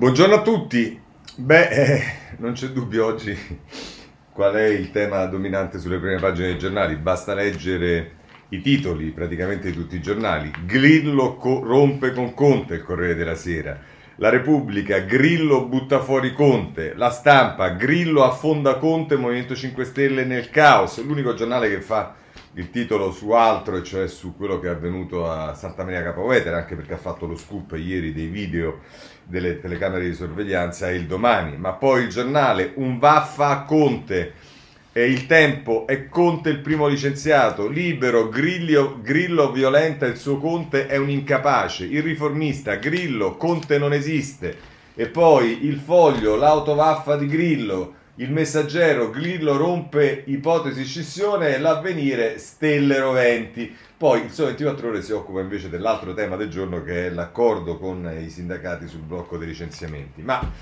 Buongiorno a tutti. Non c'è dubbio oggi qual è il tema dominante sulle prime pagine dei giornali. Basta leggere i titoli praticamente di tutti i giornali. Grillo rompe con Conte, il Corriere della Sera. La Repubblica, Grillo butta fuori Conte. La Stampa, Grillo affonda Conte, Movimento 5 Stelle nel caos. L'unico giornale che fa il titolo su altro, e cioè su quello che è avvenuto a Santa Maria Capua Vetere, anche perché ha fatto lo scoop ieri dei video delle telecamere di sorveglianza, è il Domani. Ma poi il giornale, un vaffa a Conte, e il Tempo, è Conte il primo licenziato, Libero, Grillo violenta il suo Conte, è un incapace, il Riformista, Grillo, Conte non esiste, e poi il Foglio, l'autovaffa di Grillo, il Messaggero, Grillo rompe ipotesi scissione, e l'Avvenire, stelle roventi. Poi il Sole 24 Ore si occupa invece dell'altro tema del giorno, che è l'accordo con i sindacati sul blocco dei licenziamenti. Ma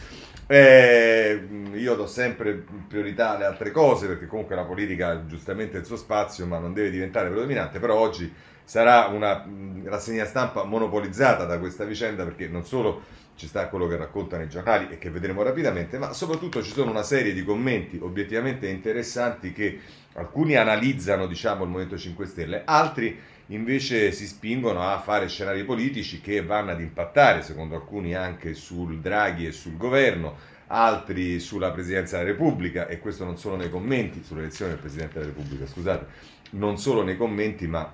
io do sempre priorità alle altre cose, perché comunque la politica ha giustamente il suo spazio, ma non deve diventare predominante. Però oggi sarà una rassegna stampa monopolizzata da questa vicenda, perché non solo ci sta quello che raccontano i giornali e che vedremo rapidamente, ma soprattutto ci sono una serie di commenti obiettivamente interessanti che alcuni analizzano, diciamo, il Movimento 5 Stelle, altri invece si spingono a fare scenari politici che vanno ad impattare, secondo alcuni, anche sul Draghi e sul governo, altri sulla Presidenza della Repubblica, e questo non solo nei commenti, sull'elezione del Presidente della Repubblica, scusate, non solo nei commenti, ma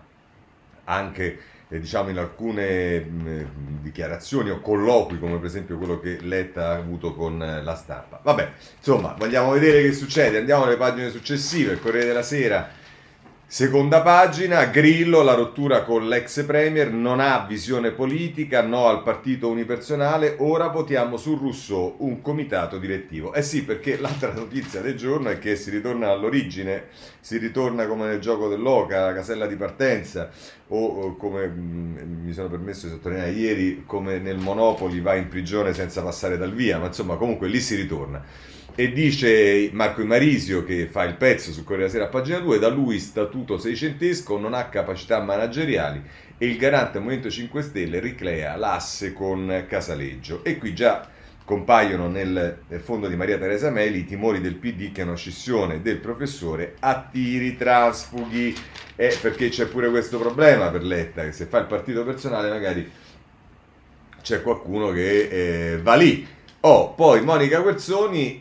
anche diciamo in alcune dichiarazioni o colloqui, come per esempio quello che Letta ha avuto con la Stampa. Vabbè, insomma, vogliamo vedere che succede, andiamo alle pagine successive. Il Corriere della Sera, seconda pagina, Grillo, la rottura con l'ex premier, non ha visione politica, no al partito unipersonale, ora votiamo su Rousseau, un comitato direttivo. Eh sì, perché l'altra notizia del giorno è che si ritorna all'origine, si ritorna come nel gioco dell'oca, la casella di partenza, o come mi sono permesso di sottolineare ieri, come nel Monopoli va in prigione senza passare dal via, ma insomma comunque lì si ritorna. E dice Marco Imarisio, che fa il pezzo sul Corriere della Sera a pagina 2, da lui statuto seicentesco, non ha capacità manageriali, e il garante Movimento 5 Stelle ricrea l'asse con Casaleggio. E qui già compaiono nel fondo di Maria Teresa Meli i timori del PD che una scissione del professore attiri transfughi, perché c'è pure questo problema per Letta, che se fa il partito personale magari c'è qualcuno che va lì. Poi Monica Guerzoni,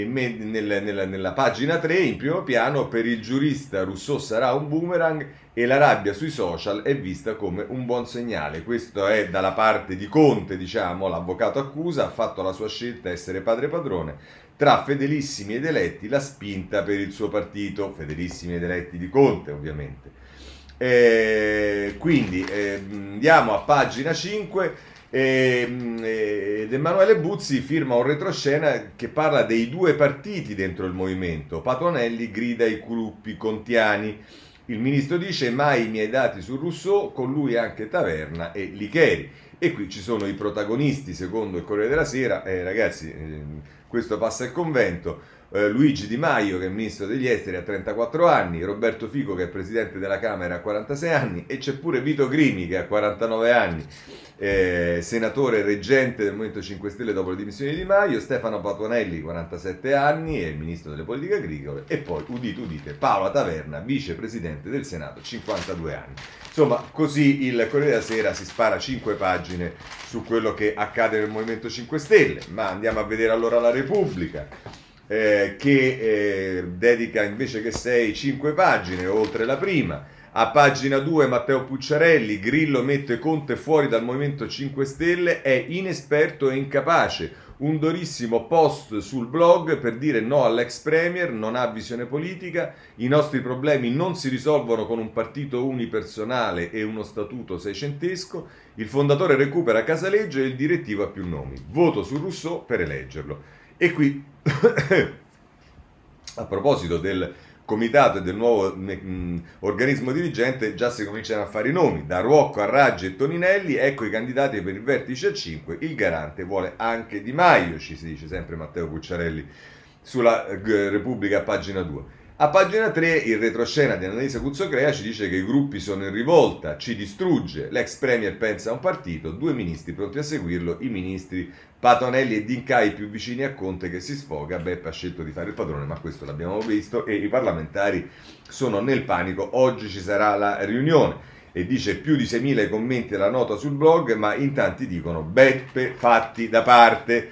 nella pagina 3, in primo piano, per il giurista Rousseau sarà un boomerang e la rabbia sui social è vista come un buon segnale. Questo è dalla parte di Conte, diciamo, l'avvocato accusa, ha fatto la sua scelta essere padre padrone, tra fedelissimi ed eletti la spinta per il suo partito, fedelissimi ed eletti di Conte ovviamente. Quindi andiamo a pagina 5. Ed Emanuele Buzzi firma un retroscena che parla dei due partiti dentro il movimento. Patuanelli grida ai gruppi contiani. Il ministro dice mai i miei dati su Rousseau, con lui anche Taverna e Licheri. E qui ci sono i protagonisti, secondo il Corriere della Sera. Ragazzi, questo passa il convento. Luigi Di Maio, che è ministro degli esteri, ha 34 anni, Roberto Fico, che è presidente della Camera, ha 46 anni, e c'è pure Vito Crimi, che ha 49 anni, senatore reggente del Movimento 5 Stelle dopo le dimissioni di Di Maio, Stefano Patuanelli, 47 anni, è il ministro delle politiche agricole, e poi, udite udite, Paola Taverna, vicepresidente del Senato, 52 anni. Insomma, così il Corriere della Sera si spara 5 pagine su quello che accade nel Movimento 5 Stelle. Ma andiamo a vedere allora la Repubblica, che dedica invece che 5 pagine, oltre la prima. A pagina 2 Matteo Pucciarelli, Grillo mette Conte fuori dal Movimento 5 Stelle, è inesperto e incapace. Un durissimo post sul blog per dire no all'ex premier, non ha visione politica, i nostri problemi non si risolvono con un partito unipersonale e uno statuto seicentesco, il fondatore recupera Casaleggio e il direttivo ha più nomi, voto su Rousseau per eleggerlo. E qui, a proposito del comitato e del nuovo organismo dirigente, già si cominciano a fare i nomi, da Ruocco a Raggi e Toninelli, ecco i candidati per il vertice a 5, il garante vuole anche Di Maio, ci si dice sempre Matteo Pucciarelli sulla Repubblica a pagina 2. A pagina 3 il retroscena di Annalisa Cuzzocrea ci dice che i gruppi sono in rivolta, ci distrugge, l'ex premier pensa a un partito, 2 ministri pronti a seguirlo, i ministri Patonelli e D'Incai più vicini a Conte che si sfoga. Beppe ha scelto di fare il padrone, ma questo l'abbiamo visto, e i parlamentari sono nel panico, oggi ci sarà la riunione. E dice più di 6.000 commenti alla nota sul blog, ma in tanti dicono Beppe fatti da parte.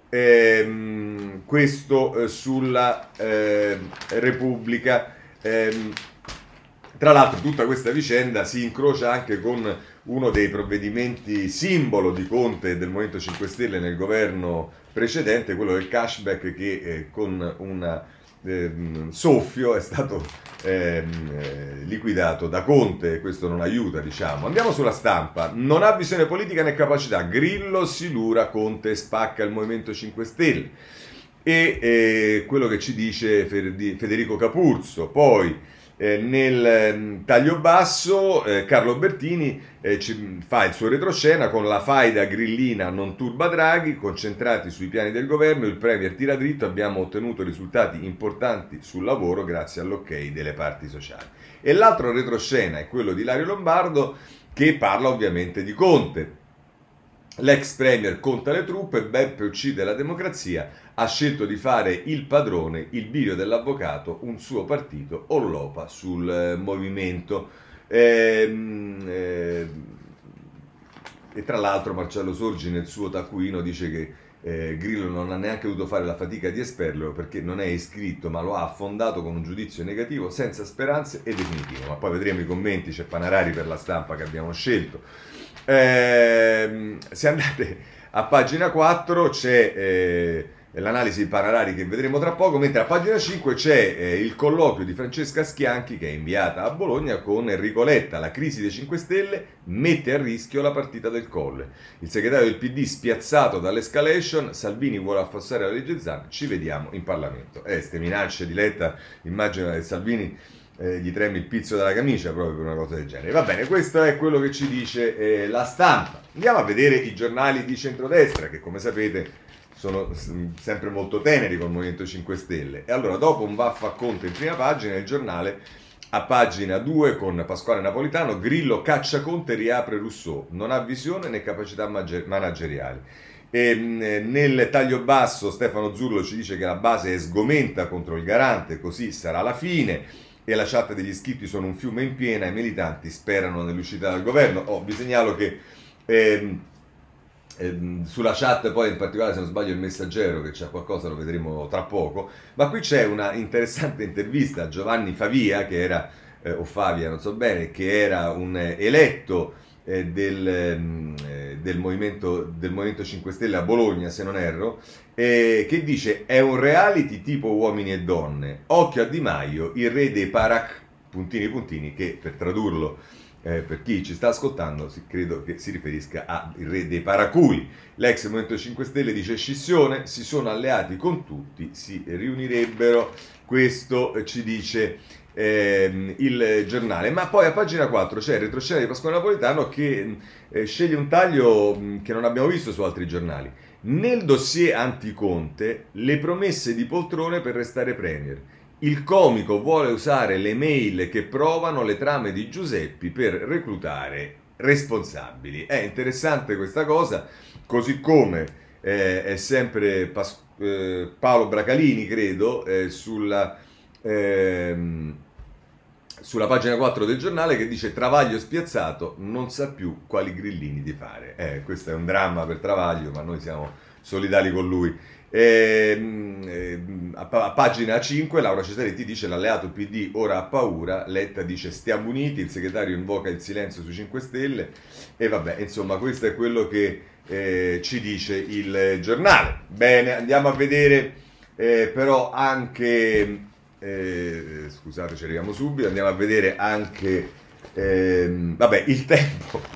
Questo sulla Repubblica. Tra l'altro tutta questa vicenda si incrocia anche con uno dei provvedimenti simbolo di Conte e del Movimento 5 Stelle nel governo precedente, quello del cashback, che con un soffio è stato liquidato da Conte, e questo non aiuta, diciamo. Andiamo sulla Stampa. Non ha visione politica né capacità, Grillo silura, Conte spacca il Movimento 5 Stelle, e quello che ci dice Federico Capurzo. Poi nel taglio basso Carlo Bertini ci fa il suo retroscena con la faida grillina non turba Draghi, concentrati sui piani del governo, il premier tira dritto, abbiamo ottenuto risultati importanti sul lavoro grazie all'ok delle parti sociali. E l'altro retroscena è quello di Ilario Lombardo, che parla ovviamente di Conte. L'ex premier conta le truppe, Beppe uccide la democrazia, ha scelto di fare il padrone, il bivio dell'avvocato, un suo partito, Ollopa sul movimento. E tra l'altro Marcello Sorgi nel suo taccuino dice che Grillo non ha neanche dovuto fare la fatica di esperlo perché non è iscritto, ma lo ha affondato con un giudizio negativo, senza speranze e definitivo. Ma poi vedremo i commenti, c'è Panarari per la Stampa che abbiamo scelto. Se andate a pagina 4 c'è l'analisi di Panarari che vedremo tra poco, mentre a pagina 5 c'è il colloquio di Francesca Schianchi, che è inviata a Bologna, con Enrico Letta. La crisi dei 5 Stelle mette a rischio la partita del Colle. Il segretario del PD spiazzato dall'escalation, Salvini vuole affossare la legge Zan, ci vediamo in Parlamento. Ste minacce di Letta, immagino che Salvini gli tremi il pizzo della camicia proprio per una cosa del genere. Va bene, questo è quello che ci dice la Stampa. Andiamo a vedere i giornali di centrodestra, che come sapete sono sempre molto teneri col Movimento 5 Stelle. E allora, dopo un vaffa a Conte in prima pagina, il giornale a pagina 2 con Pasquale Napolitano, Grillo caccia Conte, riapre Rousseau, non ha visione né capacità manageriali. E nel taglio basso Stefano Zurlo ci dice che la base è sgomenta contro il garante, così sarà la fine, e la chat degli iscritti sono un fiume in piena, i militanti sperano nell'uscita dal governo. Vi segnalo che sulla chat, poi in particolare se non sbaglio il Messaggero, che c'è qualcosa, lo vedremo tra poco, ma qui c'è una interessante intervista a Giovanni Favia, che era o Favia, non so bene, che era un eletto del Movimento 5 Stelle a Bologna, se non erro, che dice: è un reality tipo Uomini e Donne, occhio a Di Maio, il re dei parac, puntini puntini, che per tradurlo per chi ci sta ascoltando credo che si riferisca al re dei paraculi. L'ex Movimento 5 Stelle dice scissione, si sono alleati con tutti, si riunirebbero, questo ci dice il giornale. Ma poi a pagina 4 c'è il retroscena di Pasquale Napolitano, che sceglie un taglio che non abbiamo visto su altri giornali. Nel dossier anti-Conte, le promesse di poltrone per restare premier. Il comico vuole usare le mail che provano le trame di Giuseppi per reclutare responsabili. È interessante questa cosa, così come è sempre Paolo Bracalini, credo, sulla pagina 4 del giornale, che dice: Travaglio spiazzato, non sa più quali grillini di fare. Questo è un dramma per Travaglio, ma noi siamo solidali con lui. A pagina 5 Laura Cesaretti dice: l'alleato PD ora ha paura, Letta dice stiamo uniti, il segretario invoca il silenzio sui 5 Stelle, e vabbè, insomma, questo è quello che ci dice il giornale. Bene, andiamo a vedere però anche scusate, ci arriviamo subito, andiamo a vedere anche il Tempo.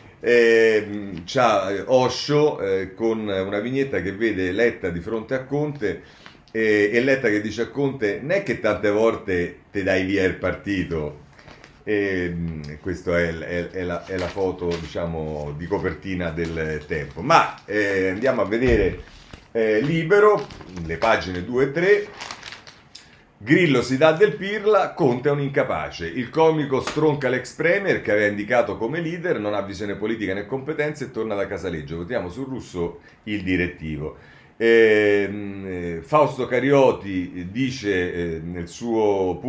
C'ha Osho con una vignetta che vede Letta di fronte a Conte, e Letta che dice a Conte: non è che tante volte te dai via il partito. Questa è la foto, diciamo, di copertina del Tempo. Ma andiamo a vedere Libero, le pagine 2 e 3. Grillo si dà del pirla, Conte è un incapace. Il comico stronca l'ex premier che aveva indicato come leader, non ha visione politica né competenze e torna da Casaleggio. Votiamo su Rousseau il direttivo. Fausto Carioti dice nel suo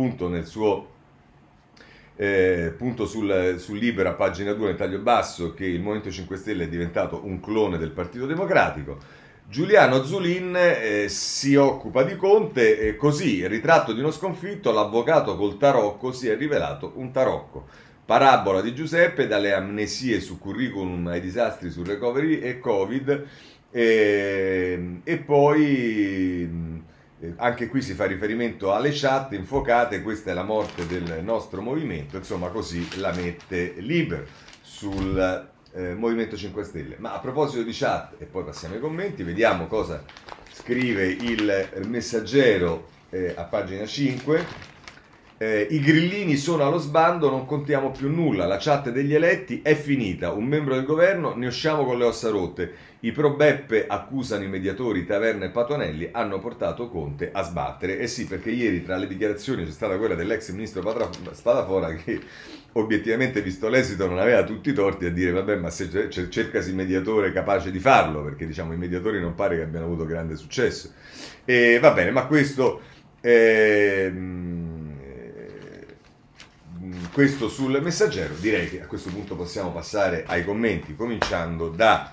punto sul Libero a pagina 2 nel taglio basso che il Movimento 5 Stelle è diventato un clone del Partito Democratico. Giuliano Zulin si occupa di Conte, così, il ritratto di uno sconfitto, l'avvocato col tarocco si è rivelato un tarocco. Parabola di Giuseppe, dalle amnesie su curriculum ai disastri sul recovery e Covid, e poi anche qui si fa riferimento alle chat infuocate, questa è la morte del nostro movimento, insomma così la mette Libero sul Movimento 5 Stelle. Ma a proposito di chat, e poi passiamo ai commenti, vediamo cosa scrive il Messaggero a pagina 5. I grillini sono allo sbando, non contiamo più nulla, la chat degli eletti è finita, un membro del governo, ne usciamo con le ossa rotte. I pro Beppe accusano i mediatori Taverna e Patonelli, hanno portato Conte a sbattere. E sì, perché ieri tra le dichiarazioni c'è stata quella dell'ex ministro Spadafora che obiettivamente, visto l'esito, non aveva tutti i torti a dire vabbè, ma se cercasi il mediatore capace di farlo, perché diciamo i mediatori non pare che abbiano avuto grande successo. E va bene, ma questo sul Messaggero. Direi che a questo punto possiamo passare ai commenti, cominciando da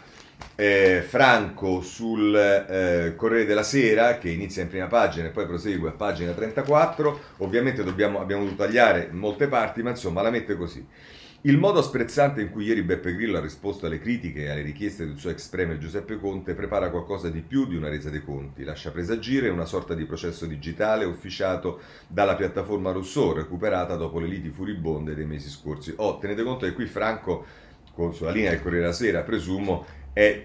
Franco sul Corriere della Sera, che inizia in prima pagina e poi prosegue a pagina 34. Ovviamente abbiamo dovuto tagliare molte parti, ma insomma la mette così. Il modo sprezzante in cui ieri Beppe Grillo ha risposto alle critiche e alle richieste del suo ex premier Giuseppe Conte prepara qualcosa di più di una resa dei conti, lascia presagire una sorta di processo digitale ufficiato dalla piattaforma Rousseau, recuperata dopo le liti furibonde dei mesi scorsi. Tenete conto che qui Franco, sulla linea del Corriere della Sera, presumo, è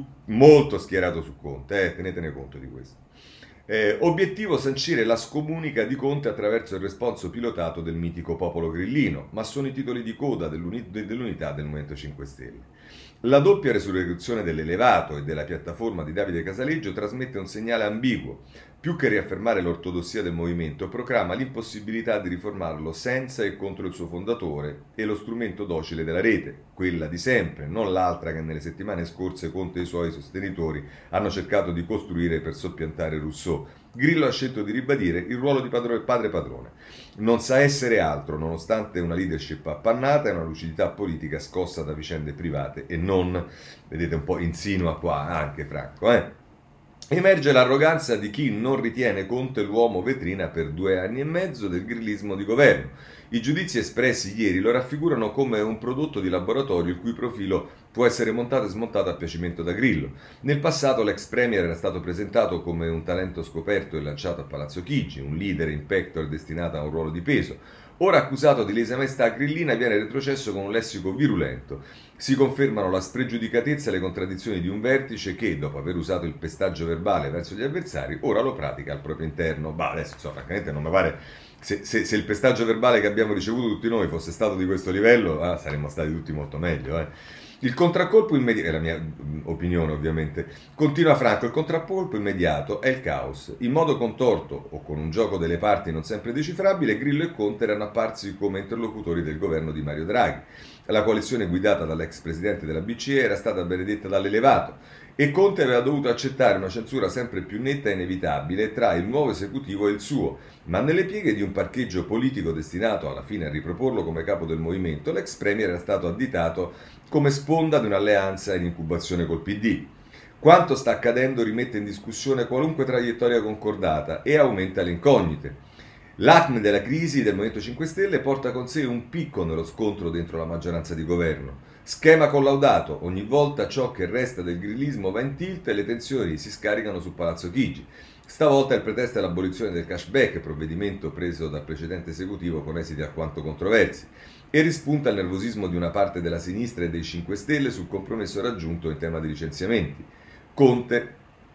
molto schierato su Conte, tenetene conto di questo. Obiettivo sancire la scomunica di Conte attraverso il responso pilotato del mitico popolo grillino, ma sono i titoli di coda dell'unità del Movimento 5 Stelle. La doppia resurrezione dell'elevato e della piattaforma di Davide Casaleggio trasmette un segnale ambiguo. Più che riaffermare l'ortodossia del movimento, proclama l'impossibilità di riformarlo senza e contro il suo fondatore e lo strumento docile della rete, quella di sempre, non l'altra che nelle settimane scorse Conte e i suoi sostenitori hanno cercato di costruire per soppiantare Rousseau. Grillo ha scelto di ribadire il ruolo di padre padrone. Non sa essere altro, nonostante una leadership appannata e una lucidità politica scossa da vicende private e non, vedete un po' insinua qua anche Franco, Emerge l'arroganza di chi non ritiene Conte l'uomo vetrina per 2 anni e mezzo del grillismo di governo. I giudizi espressi ieri lo raffigurano come un prodotto di laboratorio il cui profilo può essere montato e smontato a piacimento da Grillo. Nel passato l'ex premier era stato presentato come un talento scoperto e lanciato a Palazzo Chigi, un leader in pectore destinato a un ruolo di peso. Ora accusato di lesa maestà grillina viene retrocesso con un lessico virulento. Si confermano la spregiudicatezza e le contraddizioni di un vertice che, dopo aver usato il pestaggio verbale verso gli avversari, ora lo pratica al proprio interno. Adesso, francamente non mi pare. Se il pestaggio verbale che abbiamo ricevuto tutti noi fosse stato di questo livello, saremmo stati tutti molto meglio, Il contraccolpo immediato, è la mia opinione ovviamente, continua Franco, il contraccolpo immediato è il caos. In modo contorto o con un gioco delle parti non sempre decifrabile, Grillo e Conte erano apparsi come interlocutori del governo di Mario Draghi. La coalizione guidata dall'ex presidente della BCE era stata benedetta dall'elevato e Conte aveva dovuto accettare una censura sempre più netta e inevitabile tra il nuovo esecutivo e il suo, ma nelle pieghe di un parcheggio politico destinato alla fine a riproporlo come capo del movimento, l'ex premier era stato additato come sponda di un'alleanza in incubazione col PD. Quanto sta accadendo rimette in discussione qualunque traiettoria concordata e aumenta le incognite. L'acme della crisi del Movimento 5 Stelle porta con sé un picco nello scontro dentro la maggioranza di governo. Schema collaudato, ogni volta ciò che resta del grillismo va in tilt e le tensioni si scaricano su Palazzo Chigi. Stavolta il pretesto è l'abolizione del cashback, provvedimento preso dal precedente esecutivo con esiti alquanto controversi, e rispunta il nervosismo di una parte della sinistra e dei 5 Stelle sul compromesso raggiunto in tema di licenziamenti. Conte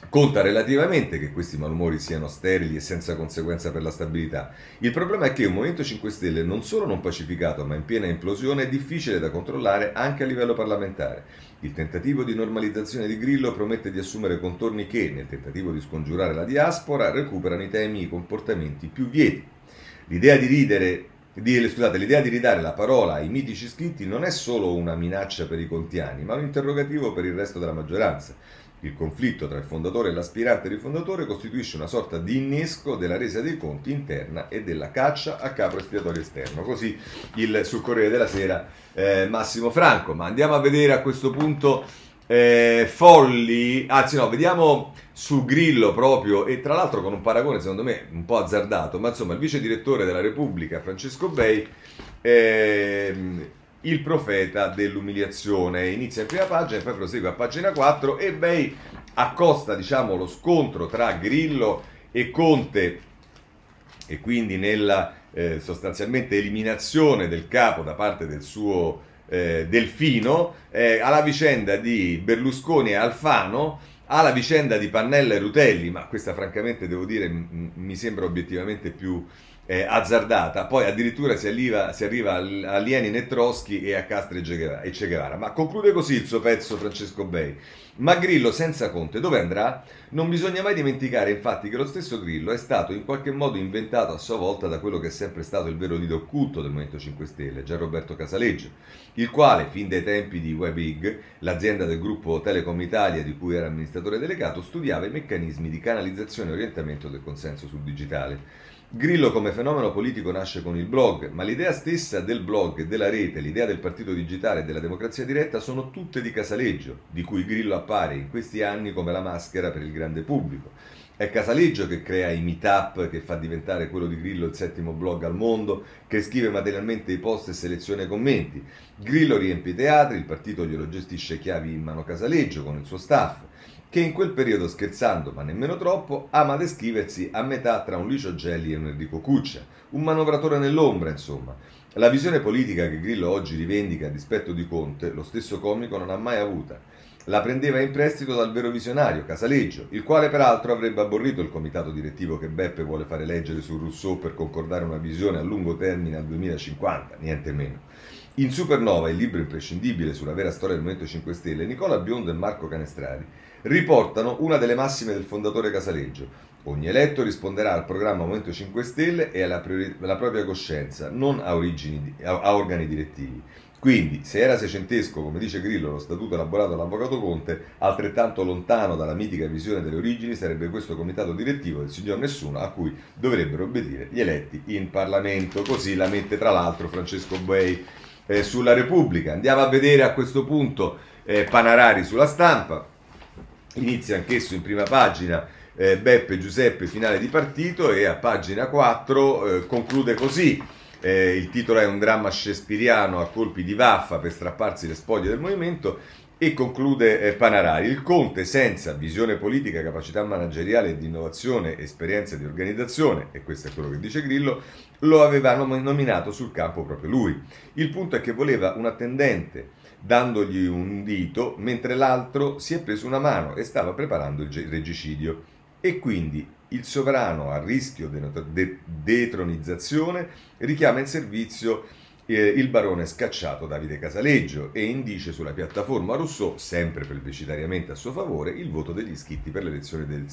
Conta relativamente che questi malumori siano sterili e senza conseguenza per la stabilità. Il problema è che un Movimento 5 Stelle non solo non pacificato ma in piena implosione è difficile da controllare anche a livello parlamentare. Il tentativo di normalizzazione di Grillo promette di assumere contorni che, nel tentativo di scongiurare la diaspora, recuperano i temi e i comportamenti più vieti. L'idea di ridare la parola ai mitici scritti non è solo una minaccia per i contiani, ma un interrogativo per il resto della maggioranza. Il conflitto tra il fondatore e l'aspirante rifondatore costituisce una sorta di innesco della resa dei conti interna e della caccia a capo espiatorio esterno. Così sul Corriere della Sera Massimo Franco. Ma andiamo a vedere a questo punto folli, anzi no, vediamo su Grillo proprio, e tra l'altro con un paragone secondo me un po' azzardato, ma insomma il vice direttore della Repubblica Francesco Bei, il profeta dell'umiliazione, inizia in prima pagina e poi prosegue a pagina 4 e Bei accosta, diciamo, lo scontro tra Grillo e Conte e quindi nella sostanzialmente eliminazione del capo da parte del suo Delfino, alla vicenda di Berlusconi e Alfano, alla vicenda di Pannella e Rutelli, ma questa francamente devo dire mi sembra obiettivamente più azzardata. Poi addirittura si arriva a Lenin e Trotsky e a Castro e Che Guevara. Ma conclude così il suo pezzo Francesco Bei. Ma Grillo senza Conte dove andrà? Non bisogna mai dimenticare infatti che lo stesso Grillo è stato in qualche modo inventato a sua volta da quello che è sempre stato il vero leader occulto del Movimento 5 Stelle, Gianroberto Casaleggio, il quale fin dai tempi di Webig, l'azienda del gruppo Telecom Italia di cui era amministratore delegato, studiava i meccanismi di canalizzazione e orientamento del consenso sul digitale. Grillo come fenomeno politico nasce con il blog, ma l'idea stessa del blog e della rete, l'idea del partito digitale e della democrazia diretta sono tutte di Casaleggio, di cui Grillo appare in questi anni come la maschera per il grande pubblico. È Casaleggio che crea i meetup, che fa diventare quello di Grillo il settimo blog al mondo, che scrive materialmente i post e seleziona i commenti. Grillo riempie i teatri, il partito glielo gestisce chiavi in mano Casaleggio con il suo staff, che in quel periodo, scherzando ma nemmeno troppo, ama descriversi a metà tra un Licio Gelli e un Enrico Cuccia, un manovratore nell'ombra, insomma. La visione politica che Grillo oggi rivendica a dispetto di Conte, lo stesso comico non ha mai avuta. La prendeva in prestito dal vero visionario, Casaleggio, il quale peraltro avrebbe aborrito il comitato direttivo che Beppe vuole fare leggere su Rousseau per concordare una visione a lungo termine al 2050, niente meno. In Supernova, il libro imprescindibile sulla vera storia del Movimento 5 Stelle, Nicola Biondo e Marco Canestrari riportano una delle massime del fondatore Casaleggio. Ogni eletto risponderà al programma Movimento 5 Stelle e alla propria coscienza, non a organi direttivi. Quindi, se era seicentesco, come dice Grillo, lo statuto elaborato dall'avvocato Conte, altrettanto lontano dalla mitica visione delle origini sarebbe questo comitato direttivo del signor Nessuno a cui dovrebbero obbedire gli eletti in Parlamento. Così la mette tra l'altro Francesco Bei sulla Repubblica. Andiamo a vedere a questo punto Panarari sulla Stampa. Inizia anch'esso in prima pagina Beppe Giuseppe finale di partito e a pagina 4 conclude così. Il titolo è un dramma shakespeariano a colpi di vaffa per strapparsi le spoglie del movimento e conclude Panarari. Il Conte senza visione politica, capacità manageriale e di innovazione, esperienza di organizzazione, e questo è quello che dice Grillo, lo aveva nominato sul campo proprio lui. Il punto è che voleva un attendente dandogli un dito, mentre l'altro si è preso una mano e stava preparando il regicidio. E quindi il sovrano a rischio di detronizzazione richiama in servizio il barone scacciato Davide Casaleggio e indice sulla piattaforma Rousseau, sempre plebiscitariamente a suo favore, il voto degli iscritti per l'elezione del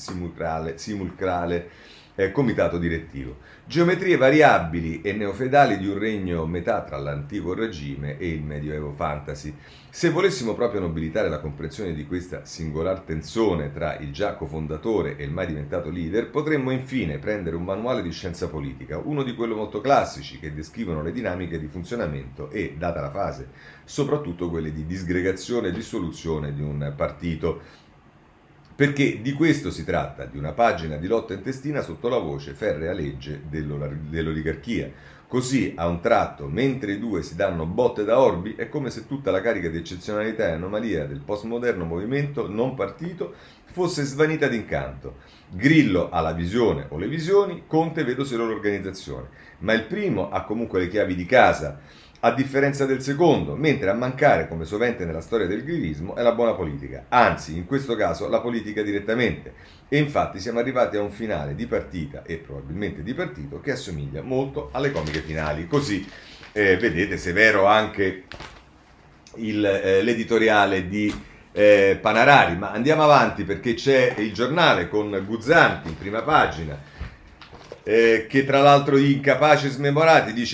simulcrale comitato direttivo. Geometrie variabili e neofeudali di un regno metà tra l'antico regime e il medioevo fantasy. Se volessimo proprio nobilitare la comprensione di questa singolar tensione tra il già cofondatore e il mai diventato leader, potremmo infine prendere un manuale di scienza politica, uno di quelli molto classici che descrivono le dinamiche di funzionamento e, data la fase, soprattutto quelle di disgregazione e dissoluzione di un partito. Perché di questo si tratta, di una pagina di lotta intestina sotto la voce ferrea legge dell'oligarchia. Così, a un tratto, mentre i due si danno botte da orbi, è come se tutta la carica di eccezionalità e anomalia del postmoderno movimento non partito fosse svanita d'incanto. Grillo ha la visione o le visioni, Conte vedo solo l'organizzazione. Ma il primo ha comunque le chiavi di casa a differenza del secondo, mentre a mancare, come sovente nella storia del grillismo, è la buona politica, anzi, in questo caso, la politica direttamente. E infatti siamo arrivati a un finale di partita, e probabilmente di partito, che assomiglia molto alle comiche finali. Così, vedete, severo anche l'editoriale di Panarari, ma andiamo avanti perché c'è il giornale con Guzzanti in prima pagina, che tra l'altro gli incapaci smemorati dice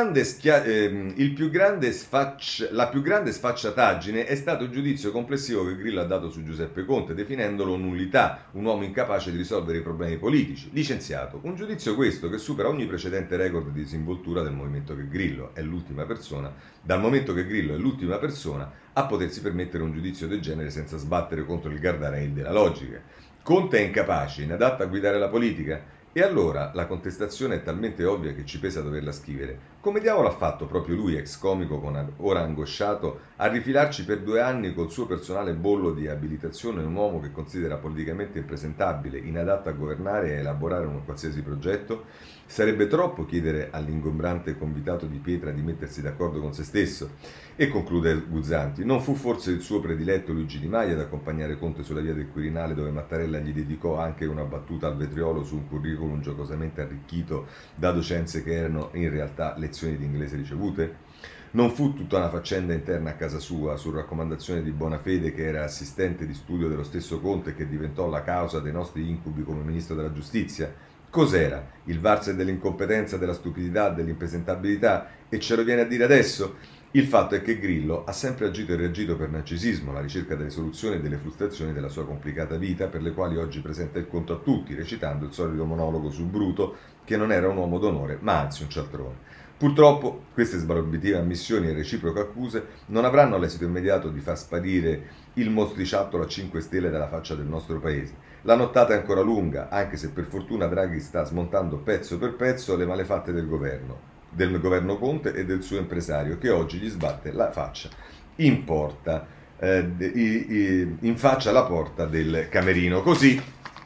la più grande sfacciataggine è stato il giudizio complessivo che Grillo ha dato su Giuseppe Conte, definendolo nullità, un uomo incapace di risolvere i problemi politici, licenziato. Un giudizio questo che supera ogni precedente record di disinvoltura del movimento che Grillo è l'ultima persona, dal momento che Grillo è l'ultima persona a potersi permettere un giudizio del genere senza sbattere contro il guardrail della logica. Conte è incapace, inadatta a guidare la politica. E allora la contestazione è talmente ovvia che ci pesa doverla scrivere. Come diavolo ha fatto proprio lui, ex comico ora angosciato, a rifilarci per 2 anni col suo personale bollo di abilitazione un uomo che considera politicamente impresentabile, inadatto a governare e a elaborare un qualsiasi progetto? Sarebbe troppo chiedere all'ingombrante convitato di pietra di mettersi d'accordo con se stesso. E conclude Guzzanti, non fu forse il suo prediletto Luigi Di Maio ad accompagnare Conte sulla via del Quirinale, dove Mattarella gli dedicò anche una battuta al vetriolo su un curriculum giocosamente arricchito da docenze che erano in realtà lezioni di inglese ricevute? Non fu tutta una faccenda interna a casa sua, su raccomandazione di Bonafede, che era assistente di studio dello stesso Conte e che diventò la causa dei nostri incubi come ministro della giustizia? Cos'era? Il valzer dell'incompetenza, della stupidità, dell'impresentabilità? E ce lo viene a dire adesso? Il fatto è che Grillo ha sempre agito e reagito per narcisismo, la ricerca delle soluzioni e delle frustrazioni della sua complicata vita, per le quali oggi presenta il conto a tutti, recitando il solito monologo su Bruto, che non era un uomo d'onore, ma anzi un cialtrone. Purtroppo queste sbalorditive ammissioni e reciproche accuse non avranno l'esito immediato di far sparire il mostriciattolo a 5 stelle dalla faccia del nostro paese. La nottata è ancora lunga, anche se per fortuna Draghi sta smontando pezzo per pezzo le malefatte del governo Conte e del suo impresario, che oggi gli sbatte la faccia in faccia alla porta del Camerino. Così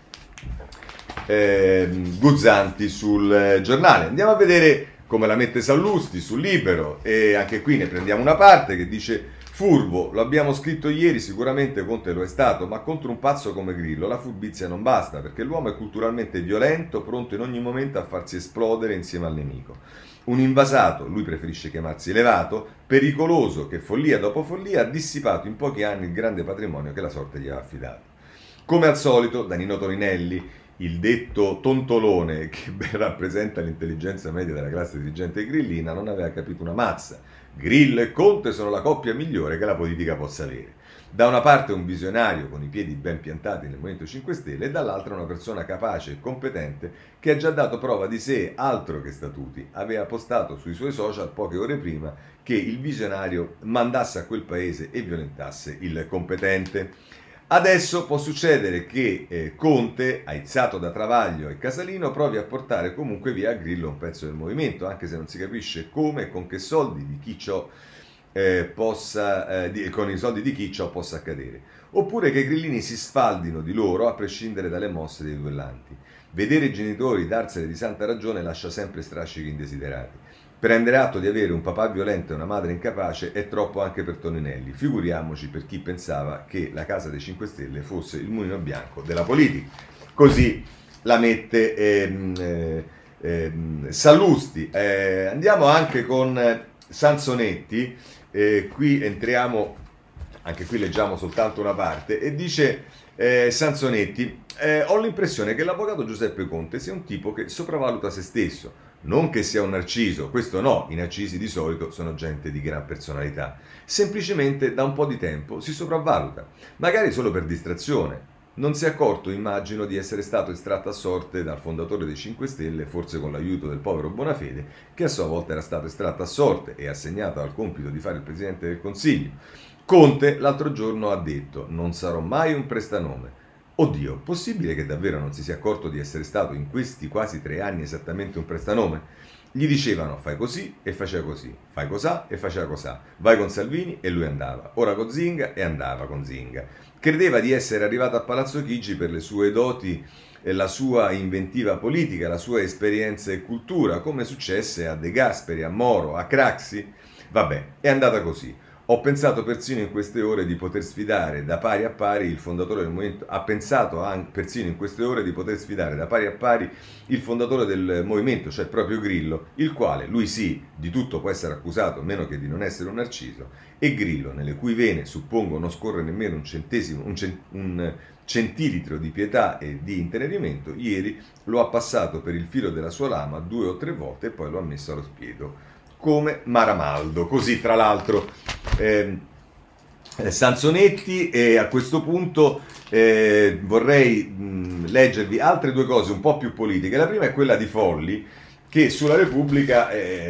Guzzanti sul giornale. Andiamo a vedere come la mette Sallusti sul Libero, e anche qui ne prendiamo una parte che dice: furbo, lo abbiamo scritto ieri, sicuramente Conte lo è stato, ma contro un pazzo come Grillo la furbizia non basta, perché l'uomo è culturalmente violento, pronto in ogni momento a farsi esplodere insieme al nemico. Un invasato, lui preferisce chiamarsi elevato, pericoloso, che follia dopo follia ha dissipato in pochi anni il grande patrimonio che la sorte gli aveva affidato. Come al solito, Danilo Toninelli, il detto tontolone che ben rappresenta l'intelligenza media della classe dirigente grillina, non aveva capito una mazza. Grillo e Conte sono la coppia migliore che la politica possa avere. Da una parte un visionario con i piedi ben piantati nel Movimento 5 Stelle e dall'altra una persona capace e competente che ha già dato prova di sé, altro che statuti. Aveva postato sui suoi social poche ore prima che il visionario mandasse a quel paese e violentasse il competente. Adesso può succedere che Conte, aizzato da Travaglio e Casalino, provi a portare comunque via a Grillo un pezzo del movimento, anche se non si capisce come e con che soldi di chi ciò con i soldi di chi ciò possa accadere. Oppure che i grillini si sfaldino di loro a prescindere dalle mosse dei duellanti. Vedere i genitori darsene di santa ragione lascia sempre strascichi indesiderati. Prendere atto di avere un papà violento e una madre incapace è troppo anche per Toninelli, figuriamoci per chi pensava che la Casa dei 5 Stelle fosse il mulino bianco della politica. Così la mette Sallusti. Andiamo anche con Sansonetti, qui entriamo, anche qui leggiamo soltanto una parte, e dice Sansonetti: ho l'impressione che l'avvocato Giuseppe Conte sia un tipo che sopravvaluta se stesso. Non che sia un narciso, questo no, i narcisi di solito sono gente di gran personalità. Semplicemente da un po' di tempo si sopravvaluta, magari solo per distrazione. Non si è accorto, immagino, di essere stato estratto a sorte dal fondatore dei 5 Stelle, forse con l'aiuto del povero Bonafede, che a sua volta era stato estratto a sorte e assegnato al compito di fare il Presidente del Consiglio. Conte l'altro giorno ha detto: non sarò mai un prestanome. Oddio, possibile che davvero non si sia accorto di essere stato in questi quasi 3 anni esattamente un prestanome? Gli dicevano: fai così e faceva così, fai cosà e faceva cosà, vai con Salvini e lui andava, ora con Zinga e andava con Zinga. Credeva di essere arrivato a Palazzo Chigi per le sue doti, la sua inventiva politica, la sua esperienza e cultura, come successe a De Gasperi, a Moro, a Craxi. Vabbè, è andata così. Ho pensato persino in queste ore di poter sfidare da pari a pari il fondatore del movimento. Ha pensato persino in queste ore di poter sfidare da pari a pari il fondatore del movimento, cioè proprio Grillo, il quale, lui sì, di tutto può essere accusato, meno che di non essere un narciso, e Grillo, nelle cui vene suppongo non scorre nemmeno un centilitro di pietà e di intenerimento, ieri lo ha passato per il filo della sua lama 2 o 3 volte e poi lo ha messo allo spiedo. Come Maramaldo, così tra l'altro Sansonetti. E a questo punto vorrei leggervi altre 2 cose un po' più politiche. La prima è quella di Folli, che sulla Repubblica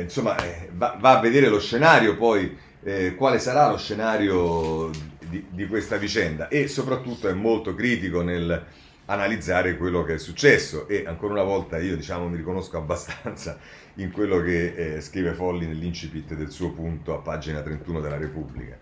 va a vedere lo scenario poi, quale sarà lo scenario di questa vicenda, e soprattutto è molto critico nel analizzare quello che è successo, e ancora una volta io mi riconosco abbastanza in quello che scrive Folli nell'incipit del suo punto a pagina 31 della Repubblica.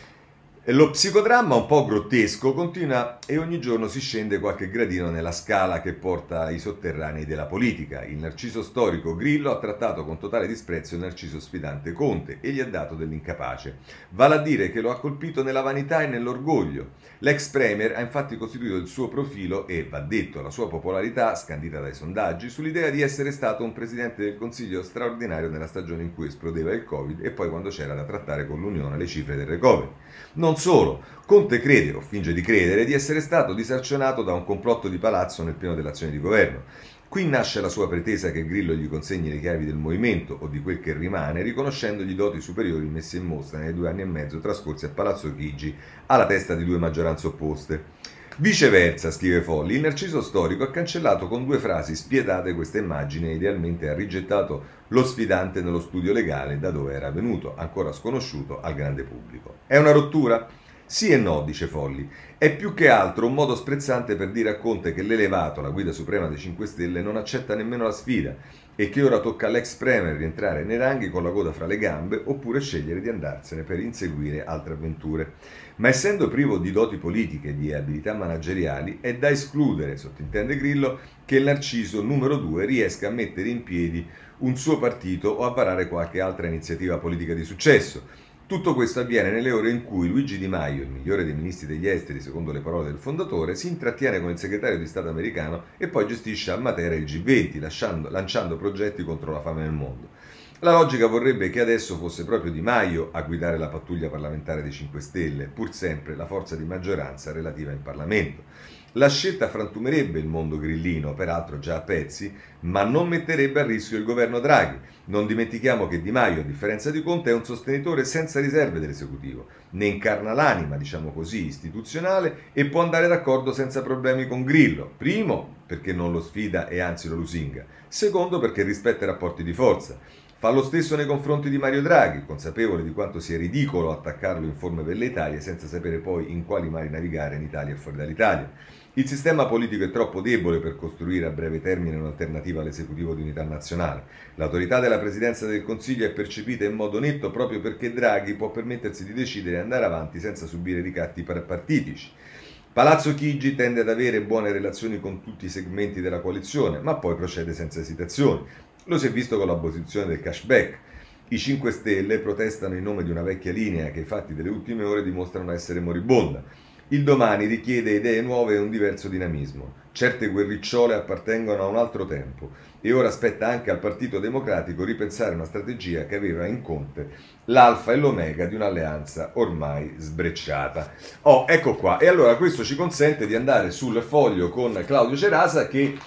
Lo psicodramma un po' grottesco continua e ogni giorno si scende qualche gradino nella scala che porta ai sotterranei della politica. Il narciso storico Grillo ha trattato con totale disprezzo il narciso sfidante Conte e gli ha dato dell'incapace. Vale a dire che lo ha colpito nella vanità e nell'orgoglio. L'ex premier ha infatti costituito il suo profilo e, va detto, la sua popolarità, scandita dai sondaggi, sull'idea di essere stato un presidente del Consiglio straordinario nella stagione in cui esplodeva il Covid e poi quando c'era da trattare con l'Unione le cifre del recovery. Non solo, Conte crede, o finge di credere, di essere stato disarcionato da un complotto di palazzo nel pieno dell'azione di governo. Qui nasce la sua pretesa che Grillo gli consegni le chiavi del movimento, o di quel che rimane, riconoscendogli doti superiori messe in mostra nei 2 anni e mezzo trascorsi a Palazzo Chigi, alla testa di 2 maggioranze opposte. Viceversa, scrive Folli, il narciso storico ha cancellato con 2 frasi spietate questa immagine e idealmente ha rigettato lo sfidante nello studio legale da dove era venuto, ancora sconosciuto al grande pubblico. È una rottura? Sì e no, dice Folli. È più che altro un modo sprezzante per dire a Conte che l'elevato, la guida suprema dei 5 Stelle, non accetta nemmeno la sfida e che ora tocca all'ex premier rientrare nei ranghi con la coda fra le gambe oppure scegliere di andarsene per inseguire altre avventure. Ma essendo privo di doti politiche e di abilità manageriali, è da escludere, sottintende Grillo, che il narciso numero 2 riesca a mettere in piedi un suo partito o a varare qualche altra iniziativa politica di successo. Tutto questo avviene nelle ore in cui Luigi Di Maio, il migliore dei ministri degli esteri secondo le parole del fondatore, si intrattiene con il segretario di Stato americano e poi gestisce a Matera il G20, lanciando progetti contro la fame nel mondo. La logica vorrebbe che adesso fosse proprio Di Maio a guidare la pattuglia parlamentare dei 5 Stelle, pur sempre la forza di maggioranza relativa in Parlamento. La scelta frantumerebbe il mondo grillino, peraltro già a pezzi, ma non metterebbe a rischio il governo Draghi. Non dimentichiamo che Di Maio, a differenza di Conte, è un sostenitore senza riserve dell'esecutivo, ne incarna l'anima, diciamo così, istituzionale e può andare d'accordo senza problemi con Grillo. Primo, perché non lo sfida e anzi lo lusinga. Secondo, perché rispetta i rapporti di forza. Fa lo stesso nei confronti di Mario Draghi, consapevole di quanto sia ridicolo attaccarlo in forme velleitarie senza sapere poi in quali mari navigare in Italia e fuori dall'Italia. Il sistema politico è troppo debole per costruire a breve termine un'alternativa all'esecutivo di unità nazionale. L'autorità della Presidenza del Consiglio è percepita in modo netto proprio perché Draghi può permettersi di decidere e andare avanti senza subire ricatti partitici. Palazzo Chigi tende ad avere buone relazioni con tutti i segmenti della coalizione, ma poi procede senza esitazioni. Lo si è visto con l'abolizione del cashback. I 5 Stelle protestano in nome di una vecchia linea che i fatti delle ultime ore dimostrano essere moribonda. Il domani richiede idee nuove e un diverso dinamismo. Certe guerricciole appartengono a un altro tempo e ora spetta anche al Partito Democratico ripensare una strategia che aveva in Conte l'alfa e l'omega di un'alleanza ormai sbrecciata. Ecco qua. E allora questo ci consente di andare sul Foglio con Claudio Cerasa che,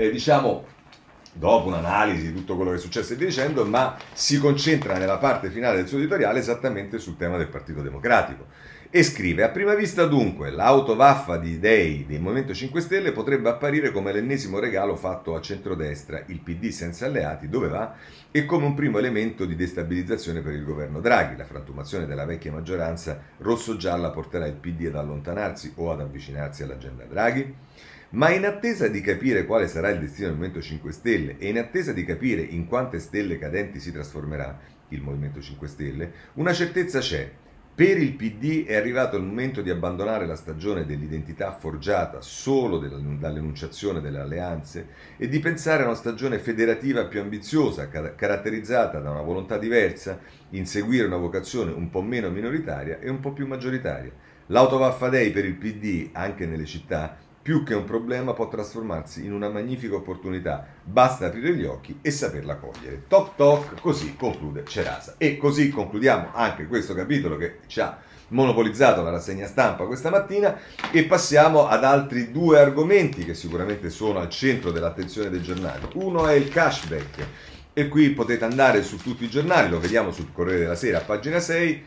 dopo un'analisi di tutto quello che è successo e via dicendo, ma si concentra nella parte finale del suo editoriale esattamente sul tema del Partito Democratico. E scrive: a prima vista dunque l'autovaffa di dei del Movimento 5 Stelle potrebbe apparire come l'ennesimo regalo fatto a centrodestra, il PD senza alleati dove va, e come un primo elemento di destabilizzazione per il governo Draghi. La frantumazione della vecchia maggioranza rosso-gialla porterà il PD ad allontanarsi o ad avvicinarsi all'agenda Draghi? Ma in attesa di capire quale sarà il destino del Movimento 5 Stelle e in attesa di capire in quante stelle cadenti si trasformerà il Movimento 5 Stelle, una certezza c'è. Per il PD è arrivato il momento di abbandonare la stagione dell'identità forgiata solo dall'enunciazione delle alleanze e di pensare a una stagione federativa più ambiziosa, caratterizzata da una volontà diversa, inseguire una vocazione un po' meno minoritaria e un po' più maggioritaria. L'Autovaffa Day per il PD, anche nelle città, più che un problema può trasformarsi in una magnifica opportunità, basta aprire gli occhi e saperla cogliere. Toc toc, così conclude Cerasa. E così concludiamo anche questo capitolo che ci ha monopolizzato la rassegna stampa questa mattina e passiamo ad altri due argomenti che sicuramente sono al centro dell'attenzione dei giornali. Uno è il cashback e qui potete andare su tutti i giornali, lo vediamo sul Corriere della Sera a pagina 6.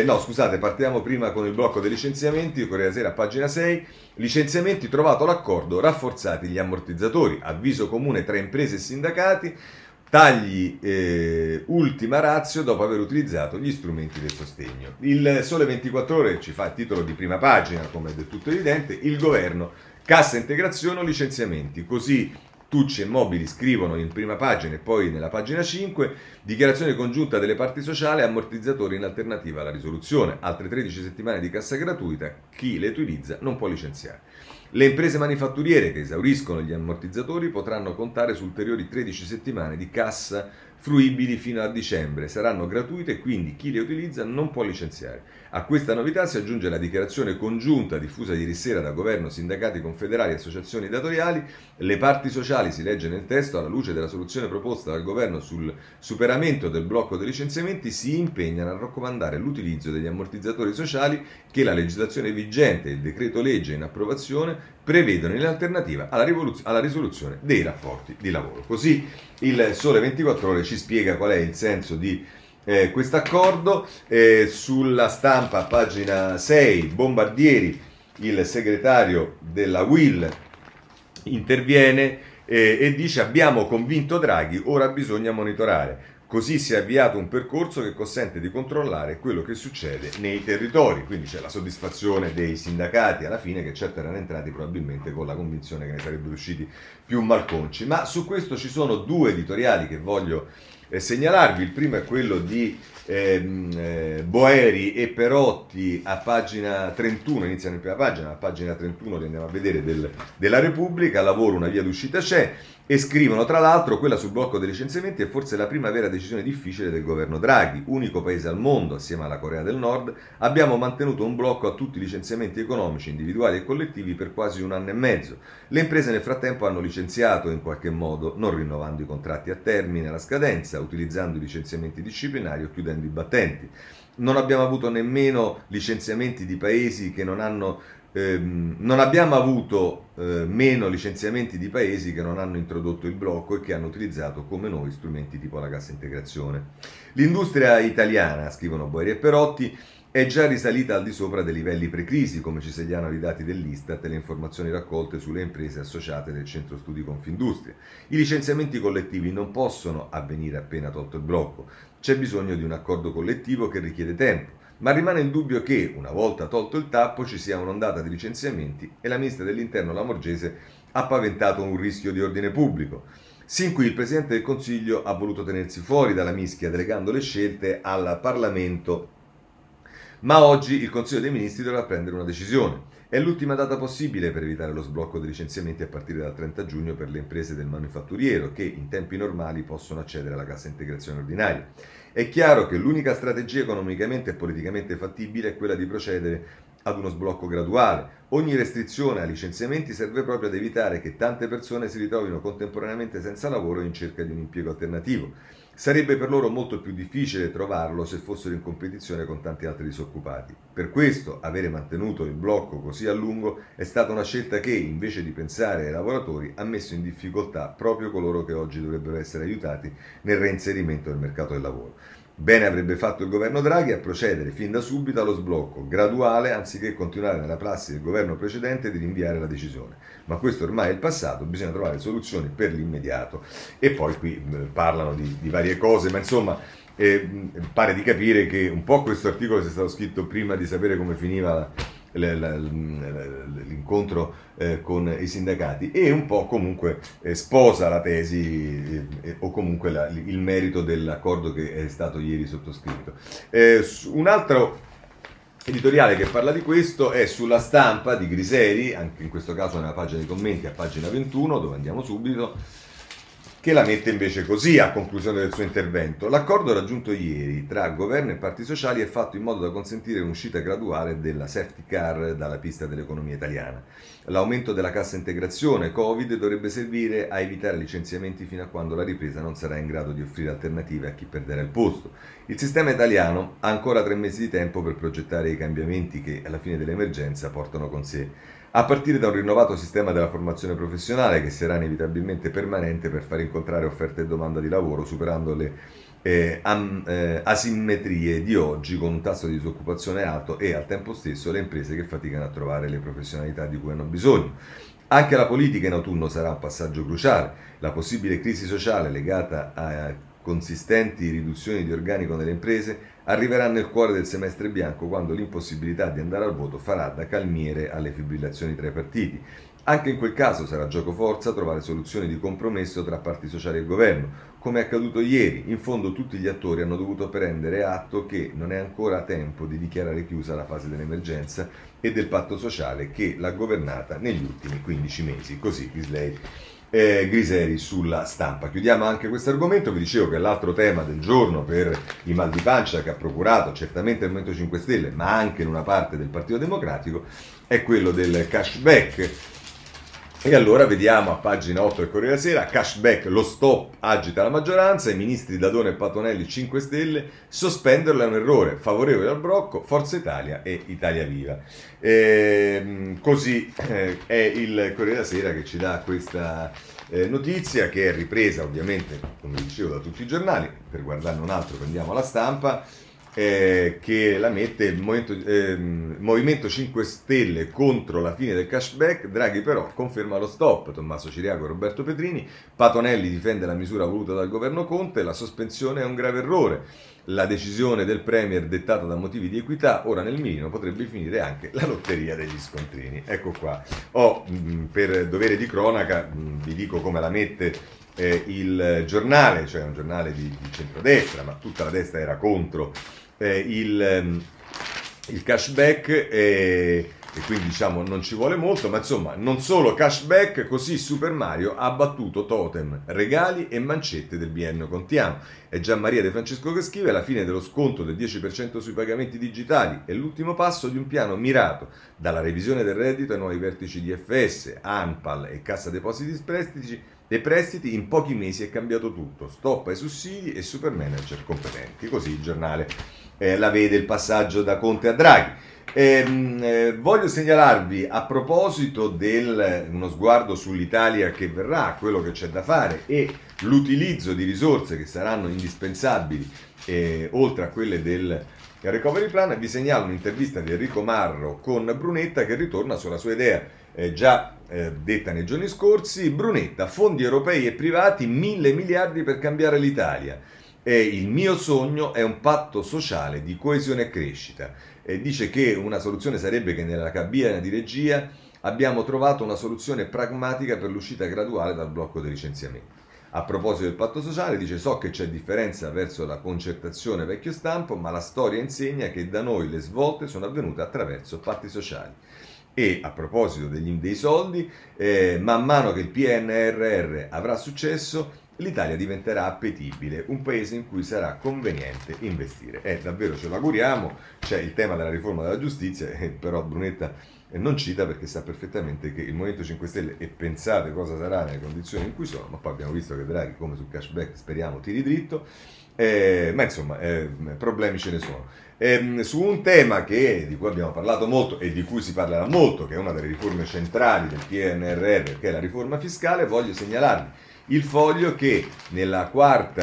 Partiamo prima con il blocco dei licenziamenti, Corriere della Sera, pagina 6. Licenziamenti, trovato l'accordo, rafforzati gli ammortizzatori, avviso comune tra imprese e sindacati, tagli ultima ratio dopo aver utilizzato gli strumenti del sostegno. Il Sole 24 Ore ci fa il titolo di prima pagina, come è del tutto evidente, il governo, cassa integrazione o licenziamenti, così Tucci e Mobili scrivono in prima pagina e poi nella pagina 5, dichiarazione congiunta delle parti sociali, ammortizzatori in alternativa alla risoluzione, altre 13 settimane di cassa gratuita, chi le utilizza non può licenziare. Le imprese manifatturiere che esauriscono gli ammortizzatori potranno contare su ulteriori 13 settimane di cassa fruibili fino a dicembre, saranno gratuite e quindi chi le utilizza non può licenziare. A questa novità si aggiunge la dichiarazione congiunta diffusa ieri sera da governo, sindacati confederali e associazioni datoriali. Le parti sociali, si legge nel testo, alla luce della soluzione proposta dal governo sul superamento del blocco dei licenziamenti, si impegnano a raccomandare l'utilizzo degli ammortizzatori sociali che la legislazione vigente e il decreto legge in approvazione prevedono in alternativa alla risoluzione dei rapporti di lavoro. Così il Sole 24 Ore ci spiega qual è il senso di questo accordo. Sulla Stampa, pagina 6, Bombardieri, il segretario della UIL, interviene e dice: abbiamo convinto Draghi, ora bisogna monitorare. Così si è avviato un percorso che consente di controllare quello che succede nei territori. Quindi c'è la soddisfazione dei sindacati alla fine, che certo erano entrati probabilmente con la convinzione che ne sarebbero usciti più malconci. Ma su questo ci sono due editoriali che voglio segnalarvi. Il primo è quello di Boeri e Perotti a pagina 31, iniziano in prima pagina, a pagina 31 li andiamo a vedere, della Repubblica. Lavoro, una via d'uscita c'è, e scrivono tra l'altro: quella sul blocco dei licenziamenti è forse la prima vera decisione difficile del governo Draghi, unico paese al mondo assieme alla Corea del Nord, abbiamo mantenuto un blocco a tutti i licenziamenti economici individuali e collettivi per quasi un anno e mezzo. Le imprese nel frattempo hanno licenziato in qualche modo, non rinnovando i contratti a termine alla scadenza, utilizzando i licenziamenti disciplinari o chiudendo i battenti. Non abbiamo avuto nemmeno licenziamenti di paesi che non hanno non abbiamo avuto meno licenziamenti di paesi che non hanno introdotto il blocco e che hanno utilizzato come noi strumenti tipo la cassa integrazione. L'industria italiana, scrivono Boeri e Perotti, è già risalita al di sopra dei livelli precrisi, come ci segnalano i dati dell'Istat e le informazioni raccolte sulle imprese associate del centro studi Confindustria. I licenziamenti collettivi non possono avvenire appena tolto il blocco, c'è bisogno di un accordo collettivo che richiede tempo. Ma rimane il dubbio che, una volta tolto il tappo, ci sia un'ondata di licenziamenti e la ministra dell'Interno Lamorgese ha paventato un rischio di ordine pubblico. Sin qui il Presidente del Consiglio ha voluto tenersi fuori dalla mischia, delegando le scelte al Parlamento. Ma oggi il Consiglio dei Ministri dovrà prendere una decisione. È l'ultima data possibile per evitare lo sblocco dei licenziamenti a partire dal 30 giugno per le imprese del manifatturiero che in tempi normali possono accedere alla cassa integrazione ordinaria. È chiaro che l'unica strategia economicamente e politicamente fattibile è quella di procedere ad uno sblocco graduale. Ogni restrizione ai licenziamenti serve proprio ad evitare che tante persone si ritrovino contemporaneamente senza lavoro e in cerca di un impiego alternativo. Sarebbe per loro molto più difficile trovarlo se fossero in competizione con tanti altri disoccupati. Per questo, avere mantenuto il blocco così a lungo è stata una scelta che, invece di pensare ai lavoratori, ha messo in difficoltà proprio coloro che oggi dovrebbero essere aiutati nel reinserimento nel mercato del lavoro. Bene avrebbe fatto il governo Draghi a procedere fin da subito allo sblocco graduale, anziché continuare nella prassi del governo precedente di rinviare la decisione. Ma questo ormai è il passato, bisogna trovare soluzioni per l'immediato. E poi qui parlano di varie cose, ma insomma pare di capire che un po' questo articolo sia stato scritto prima di sapere come finiva l'incontro con i sindacati, e un po' comunque sposa la tesi o comunque il merito dell'accordo che è stato ieri sottoscritto. Un altro editoriale che parla di questo è sulla Stampa di Griseri, anche in questo caso nella pagina dei commenti a pagina 21, dove andiamo subito, che la mette invece così a conclusione del suo intervento. L'accordo raggiunto ieri tra governo e parti sociali è fatto in modo da consentire un'uscita graduale della safety car dalla pista dell'economia italiana. L'aumento della cassa integrazione Covid dovrebbe servire a evitare licenziamenti fino a quando la ripresa non sarà in grado di offrire alternative a chi perderà il posto. Il sistema italiano ha ancora 3 mesi di tempo per progettare i cambiamenti che alla fine dell'emergenza portano con sé, a partire da un rinnovato sistema della formazione professionale che sarà inevitabilmente permanente per far incontrare offerta e domanda di lavoro, superando le asimmetrie di oggi con un tasso di disoccupazione alto e al tempo stesso le imprese che faticano a trovare le professionalità di cui hanno bisogno. Anche la politica in autunno sarà un passaggio cruciale. La possibile crisi sociale legata a consistenti riduzioni di organico nelle imprese arriverà nel cuore del semestre bianco, quando l'impossibilità di andare al voto farà da calmiere alle fibrillazioni tra i partiti. Anche in quel caso sarà giocoforza trovare soluzioni di compromesso tra parti sociali e governo, come è accaduto ieri. In fondo tutti gli attori hanno dovuto prendere atto che non è ancora tempo di dichiarare chiusa la fase dell'emergenza e del patto sociale che l'ha governata negli ultimi 15 mesi. Così Griseri sulla Stampa. Chiudiamo anche questo argomento. Vi dicevo che l'altro tema del giorno per i mal di pancia che ha procurato certamente il Movimento 5 Stelle, ma anche in una parte del Partito Democratico, è quello del cashback. E allora vediamo a pagina 8 del Corriere della Sera: cashback, lo stop agita la maggioranza, i ministri Dadone e Patuanelli 5 Stelle, sospenderlo è un errore, favorevole al blocco Forza Italia e Italia Viva. Così è il Corriere della Sera che ci dà questa notizia, che è ripresa ovviamente, come dicevo, da tutti i giornali. Per guardarne un altro prendiamo La Stampa, che la mette il Movimento 5 Stelle contro la fine del cashback, Draghi però conferma lo stop, Tommaso Ciriaco e Roberto Petrini, Patuanelli difende la misura voluta dal governo Conte, la sospensione è un grave errore, la decisione del Premier dettata da motivi di equità, ora nel mirino potrebbe finire anche la lotteria degli scontrini. Ecco qua, per dovere di cronaca vi dico come la mette il giornale, cioè un giornale di centrodestra, ma tutta la destra era contro il cashback, e quindi diciamo non ci vuole molto, ma insomma non solo cashback, così Super Mario ha battuto totem, regali e mancette del biennio Contiamo. È Gianmaria De Francesco che scrive: la fine dello sconto del 10% sui pagamenti digitali è l'ultimo passo di un piano mirato dalla revisione del reddito ai nuovi vertici di FS, ANPAL e Cassa Depositi e Prestiti. In pochi mesi è cambiato tutto, stop ai sussidi e super manager competenti. Così il giornale la vede il passaggio da Conte a Draghi. Voglio segnalarvi, a proposito uno sguardo sull'Italia che verrà, quello che c'è da fare e l'utilizzo di risorse che saranno indispensabili oltre a quelle del Recovery Plan, vi segnalo un'intervista di Enrico Marro con Brunetta, che ritorna sulla sua idea già detta nei giorni scorsi. Brunetta: fondi europei e privati, 1.000 miliardi per cambiare l'Italia. Il mio sogno è un patto sociale di coesione e crescita. Dice che una soluzione sarebbe che nella cabina di regia abbiamo trovato una soluzione pragmatica per l'uscita graduale dal blocco dei licenziamenti. A proposito del patto sociale dice: so che c'è differenza verso la concertazione vecchio stampo, ma la storia insegna che da noi le svolte sono avvenute attraverso patti sociali. E a proposito dei soldi, man mano che il PNRR avrà successo, l'Italia diventerà appetibile, un paese in cui sarà conveniente investire. Davvero ce lo auguriamo. C'è il tema della riforma della giustizia, però Brunetta non cita, perché sa perfettamente che il Movimento 5 Stelle, e pensate cosa sarà nelle condizioni in cui sono, ma poi abbiamo visto che Draghi, come sul cashback, speriamo tiri dritto, ma insomma problemi ce ne sono. Su un tema di cui abbiamo parlato molto e di cui si parlerà molto, che è una delle riforme centrali del PNRR, che è la riforma fiscale, voglio segnalarvi il Foglio che nella quarta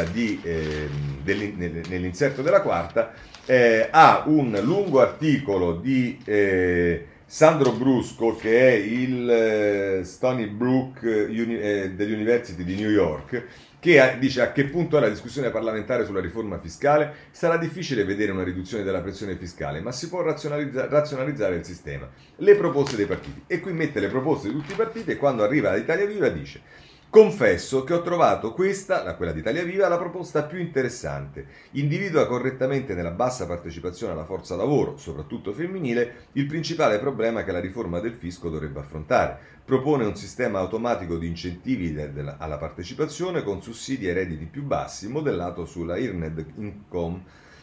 nell'inserto della quarta ha un lungo articolo di Sandro Brusco, che è il Stony Brook dell'University di New York, che dice: a che punto è la discussione parlamentare sulla riforma fiscale? Sarà difficile vedere una riduzione della pressione fiscale, ma si può razionalizzare il sistema. Le proposte dei partiti. E qui mette le proposte di tutti i partiti, e quando arriva l'Italia Viva dice: Confesso che ho trovato questa, quella di Italia Viva, la proposta più interessante. Individua correttamente nella bassa partecipazione alla forza lavoro, soprattutto femminile, il principale problema che la riforma del fisco dovrebbe affrontare. Propone un sistema automatico di incentivi alla partecipazione con sussidi ai redditi più bassi, modellato sulla Earned Income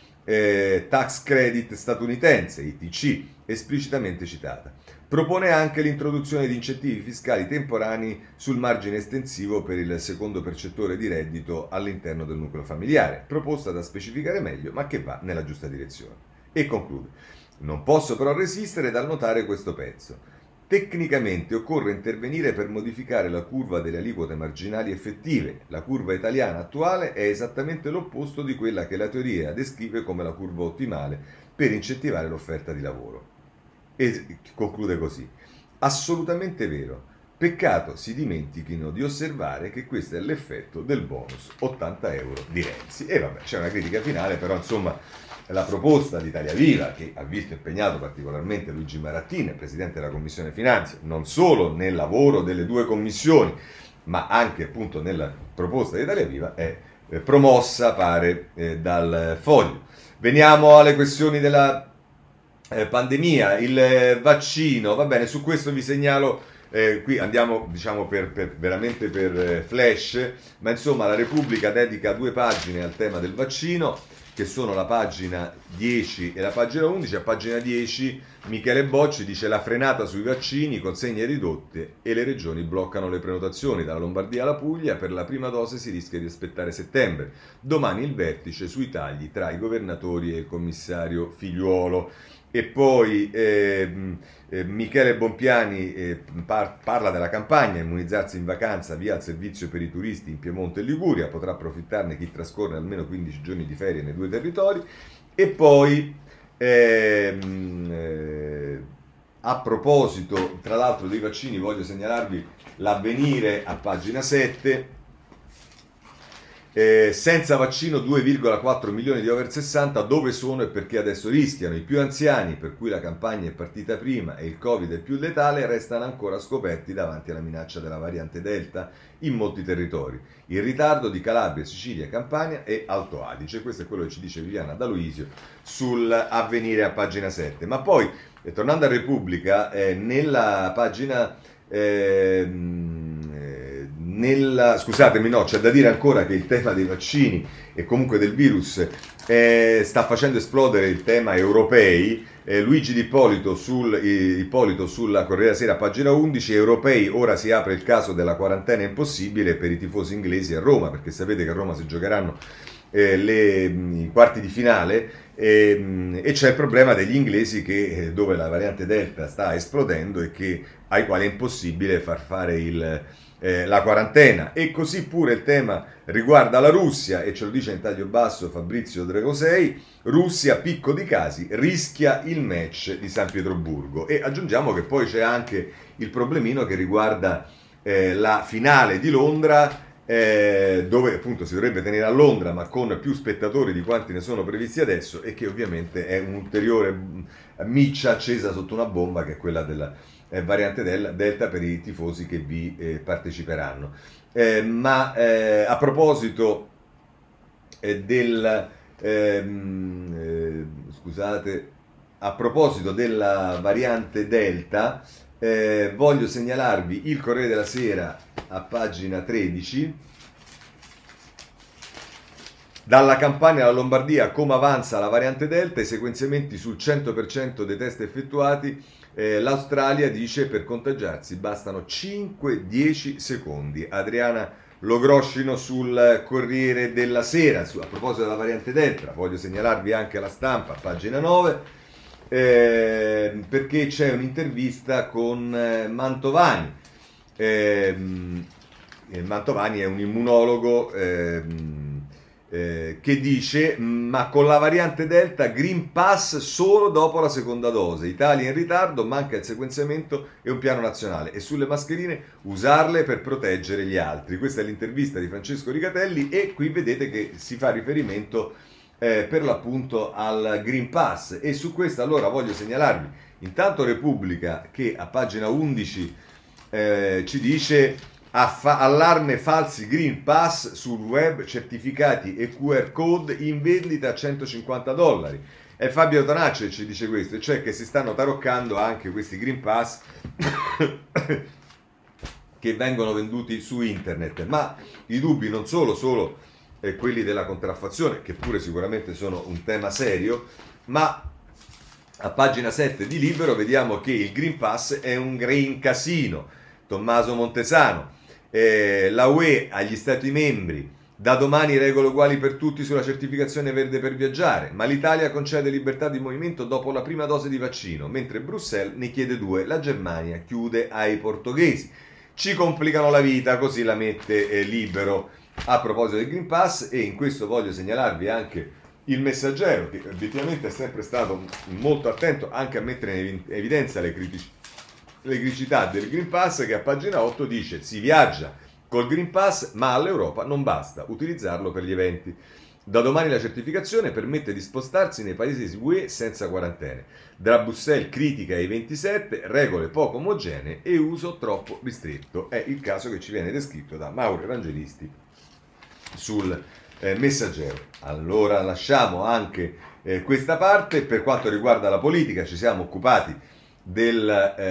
Tax Credit statunitense, ITC, esplicitamente citata. Propone anche l'introduzione di incentivi fiscali temporanei sul margine estensivo per il secondo percettore di reddito all'interno del nucleo familiare, proposta da specificare meglio, ma che va nella giusta direzione. E conclude: non posso però resistere dal notare questo pezzo. Tecnicamente occorre intervenire per modificare la curva delle aliquote marginali effettive. La curva italiana attuale è esattamente l'opposto di quella che la teoria descrive come la curva ottimale per incentivare l'offerta di lavoro. E conclude così: assolutamente vero. Peccato si dimentichino di osservare che questo è l'effetto del bonus 80 euro di Renzi. E vabbè, c'è una critica finale, però insomma la proposta di Italia Viva, che ha visto impegnato particolarmente Luigi Marattini, presidente della Commissione Finanze, non solo nel lavoro delle due commissioni, ma anche appunto nella proposta di Italia Viva, è promossa, pare, dal Foglio. Veniamo alle questioni della pandemia, il vaccino. Va bene, su questo vi segnalo, qui andiamo diciamo veramente per flash, ma insomma la Repubblica dedica 2 pagine al tema del vaccino, che sono la pagina 10 e la pagina 11. A pagina 10 Michele Bocci dice: la frenata sui vaccini, consegne ridotte e le regioni bloccano le prenotazioni. Dalla Lombardia alla Puglia per la prima dose si rischia di aspettare settembre. Domani il vertice sui tagli tra i governatori e il commissario Figliuolo. E poi Michele Bompiani parla della campagna immunizzarsi in vacanza, via al servizio per i turisti in Piemonte e Liguria, potrà approfittarne chi trascorre almeno 15 giorni di ferie nei 2 territori. E poi a proposito tra l'altro dei vaccini voglio segnalarvi l'Avvenire a pagina 7. Senza vaccino 2,4 milioni di over 60, dove sono e perché adesso rischiano? I più anziani, per cui la campagna è partita prima e il Covid è più letale, restano ancora scoperti davanti alla minaccia della variante Delta in molti territori. Il ritardo di Calabria, Sicilia, Campania e Alto Adige. Questo è quello che ci dice Viviana D'Aloisio sull'Avvenire a pagina 7. Ma poi, tornando a Repubblica, nella pagina... scusatemi, no, c'è da dire ancora che il tema dei vaccini e comunque del virus sta facendo esplodere il tema europei. Luigi Ippolito sulla Corriere della Sera, pagina 11, europei, ora si apre il caso della quarantena impossibile per i tifosi inglesi a Roma, perché sapete che a Roma si giocheranno i quarti di finale e c'è il problema degli inglesi dove la variante Delta sta esplodendo e ai quali è impossibile far fare la quarantena. E così pure il tema riguarda la Russia, e ce lo dice in taglio basso Fabrizio Dregosei: Russia, picco di casi, rischia il match di San Pietroburgo. E aggiungiamo che poi c'è anche il problemino che riguarda la finale di Londra, dove appunto si dovrebbe tenere a Londra ma con più spettatori di quanti ne sono previsti adesso, e che ovviamente è un'ulteriore miccia accesa sotto una bomba, che è quella della variante Delta per i tifosi che vi parteciperanno. A proposito a proposito della variante Delta, voglio segnalarvi il Corriere della Sera a pagina 13. Dalla Campania alla Lombardia, come avanza la variante Delta, i sequenziamenti sul 100% dei test effettuati. L'Australia dice per contagiarsi bastano 5-10 secondi. Adriana Logroscino sul Corriere della Sera. A proposito della variante Delta, voglio segnalarvi anche la Stampa, pagina 9, perché c'è un'intervista con Mantovani. Mantovani è un immunologo che dice: ma con la variante Delta Green Pass solo dopo la seconda dose, Italia in ritardo, manca il sequenziamento e un piano nazionale, e sulle mascherine usarle per proteggere gli altri. Questa è l'intervista di Francesco Rigatelli, e qui vedete che si fa riferimento per l'appunto al Green Pass. E su questo allora voglio segnalarvi intanto Repubblica, che a pagina 11 ci dice Allarme falsi Green Pass sul web, certificati e QR code in vendita a $150. È Fabio Tonaccio che ci dice questo, cioè che si stanno taroccando anche questi Green Pass che vengono venduti su internet. Ma i dubbi non solo quelli della contraffazione, che pure sicuramente sono un tema serio, ma a pagina 7 di Libero vediamo che il Green Pass è un green casino. Tommaso Montesano, la UE agli Stati membri, da domani regole uguali per tutti sulla certificazione verde per viaggiare, ma l'Italia concede libertà di movimento dopo la prima dose di vaccino, mentre Bruxelles ne chiede 2, la Germania chiude ai portoghesi. Ci complicano la vita, così la mette Libero a proposito del Green Pass, e in questo voglio segnalarvi anche il Messaggero, che obiettivamente è sempre stato molto attento anche a mettere in evidenza le criticità del Green Pass, che a pagina 8 dice: si viaggia col Green Pass, ma all'Europa non basta utilizzarlo per gli eventi. Da domani la certificazione permette di spostarsi nei paesi UE senza quarantene. Da Bruxelles critica i 27, regole poco omogenee e uso troppo ristretto. È il caso che ci viene descritto da Mauro Evangelisti sul Messaggero. Allora lasciamo anche questa parte. Per quanto riguarda la politica, ci siamo occupati dei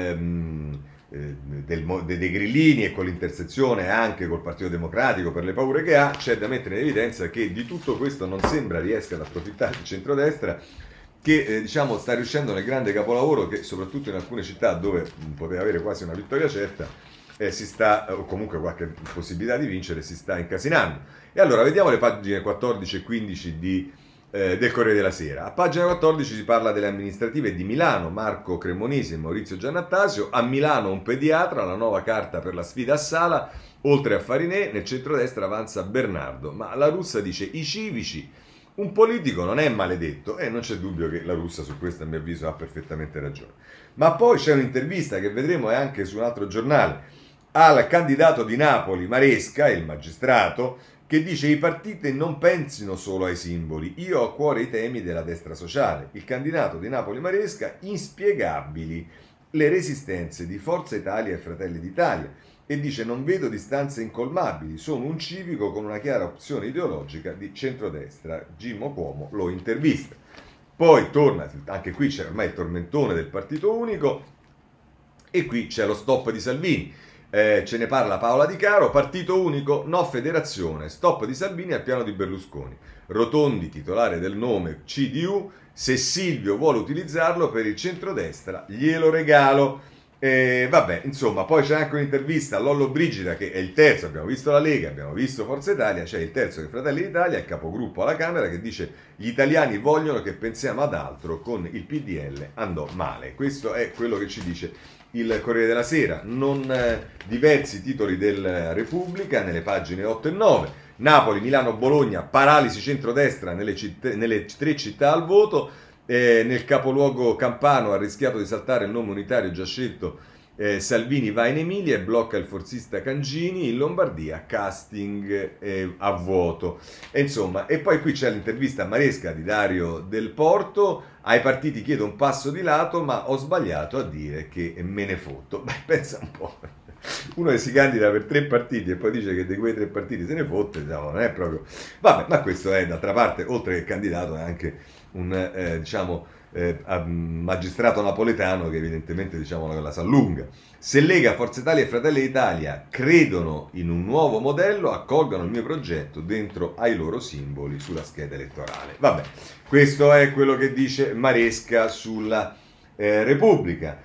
grillini e con l'intersezione anche col Partito Democratico per le paure che ha. C'è da mettere in evidenza che di tutto questo non sembra riesca ad approfittare il centrodestra, che sta riuscendo nel grande capolavoro che soprattutto in alcune città dove poteva avere quasi una vittoria certa si sta, o comunque qualche possibilità di vincere, si sta incasinando. E allora vediamo le pagine 14 e 15 del Corriere della Sera. A pagina 14 si parla delle amministrative di Milano, Marco Cremonesi e Maurizio Giannattasio. A Milano un pediatra, la nuova carta per la sfida a Sala, oltre a Farinè. Nel centrodestra avanza Bernardo, ma la Russa dice i civici, un politico non è maledetto, e non c'è dubbio che la Russa su questo a mio avviso ha perfettamente ragione. Ma poi c'è un'intervista che vedremo anche su un altro giornale al candidato di Napoli Maresca, il magistrato, che dice: i partiti non pensino solo ai simboli, io ho a cuore i temi della destra sociale. Il candidato di Napoli Maresca: inspiegabili le resistenze di Forza Italia e Fratelli d'Italia, e dice: non vedo distanze incolmabili, sono un civico con una chiara opzione ideologica di centrodestra. Gimmo Cuomo lo intervista. Poi torna, anche qui c'è ormai il tormentone del partito unico, e qui c'è lo stop di Salvini. Ce ne parla Paola Di Caro: partito unico, no federazione, stop di Salvini al piano di Berlusconi. Rotondi, titolare del nome CDU: se Silvio vuole utilizzarlo per il centrodestra glielo regalo. Vabbè, insomma, poi c'è anche un'intervista a Lollo Brigida, che è il terzo. Abbiamo visto la Lega, abbiamo visto Forza Italia, c'è il terzo dei Fratelli d'Italia, il capogruppo alla Camera, che dice: gli italiani vogliono che pensiamo ad altro, con il PDL andò male. Questo è quello che ci dice il Corriere della Sera. Diversi titoli del Repubblica nelle pagine 8 e 9. Napoli, Milano, Bologna, paralisi centrodestra nelle 3 città al voto. Nel capoluogo campano ha rischiato di saltare il nome unitario già scelto. Salvini va in Emilia e blocca il forzista Cangini. In Lombardia casting a vuoto. E poi qui c'è l'intervista a Maresca di Dario Del Porto: ai partiti chiedo un passo di lato, ma ho sbagliato a dire che me ne fotto. Beh, pensa un po', uno che si candida per 3 partiti e poi dice che di quei 3 partiti se ne fotte, non è proprio. Vabbè, ma questo è, d'altra parte, oltre che candidato, è anche un magistrato napoletano che evidentemente la sa lunga. Se Lega, Forza Italia e Fratelli d'Italia credono in un nuovo modello, accolgano il mio progetto dentro ai loro simboli sulla scheda elettorale. Vabbè, questo è quello che dice Maresca sulla Repubblica.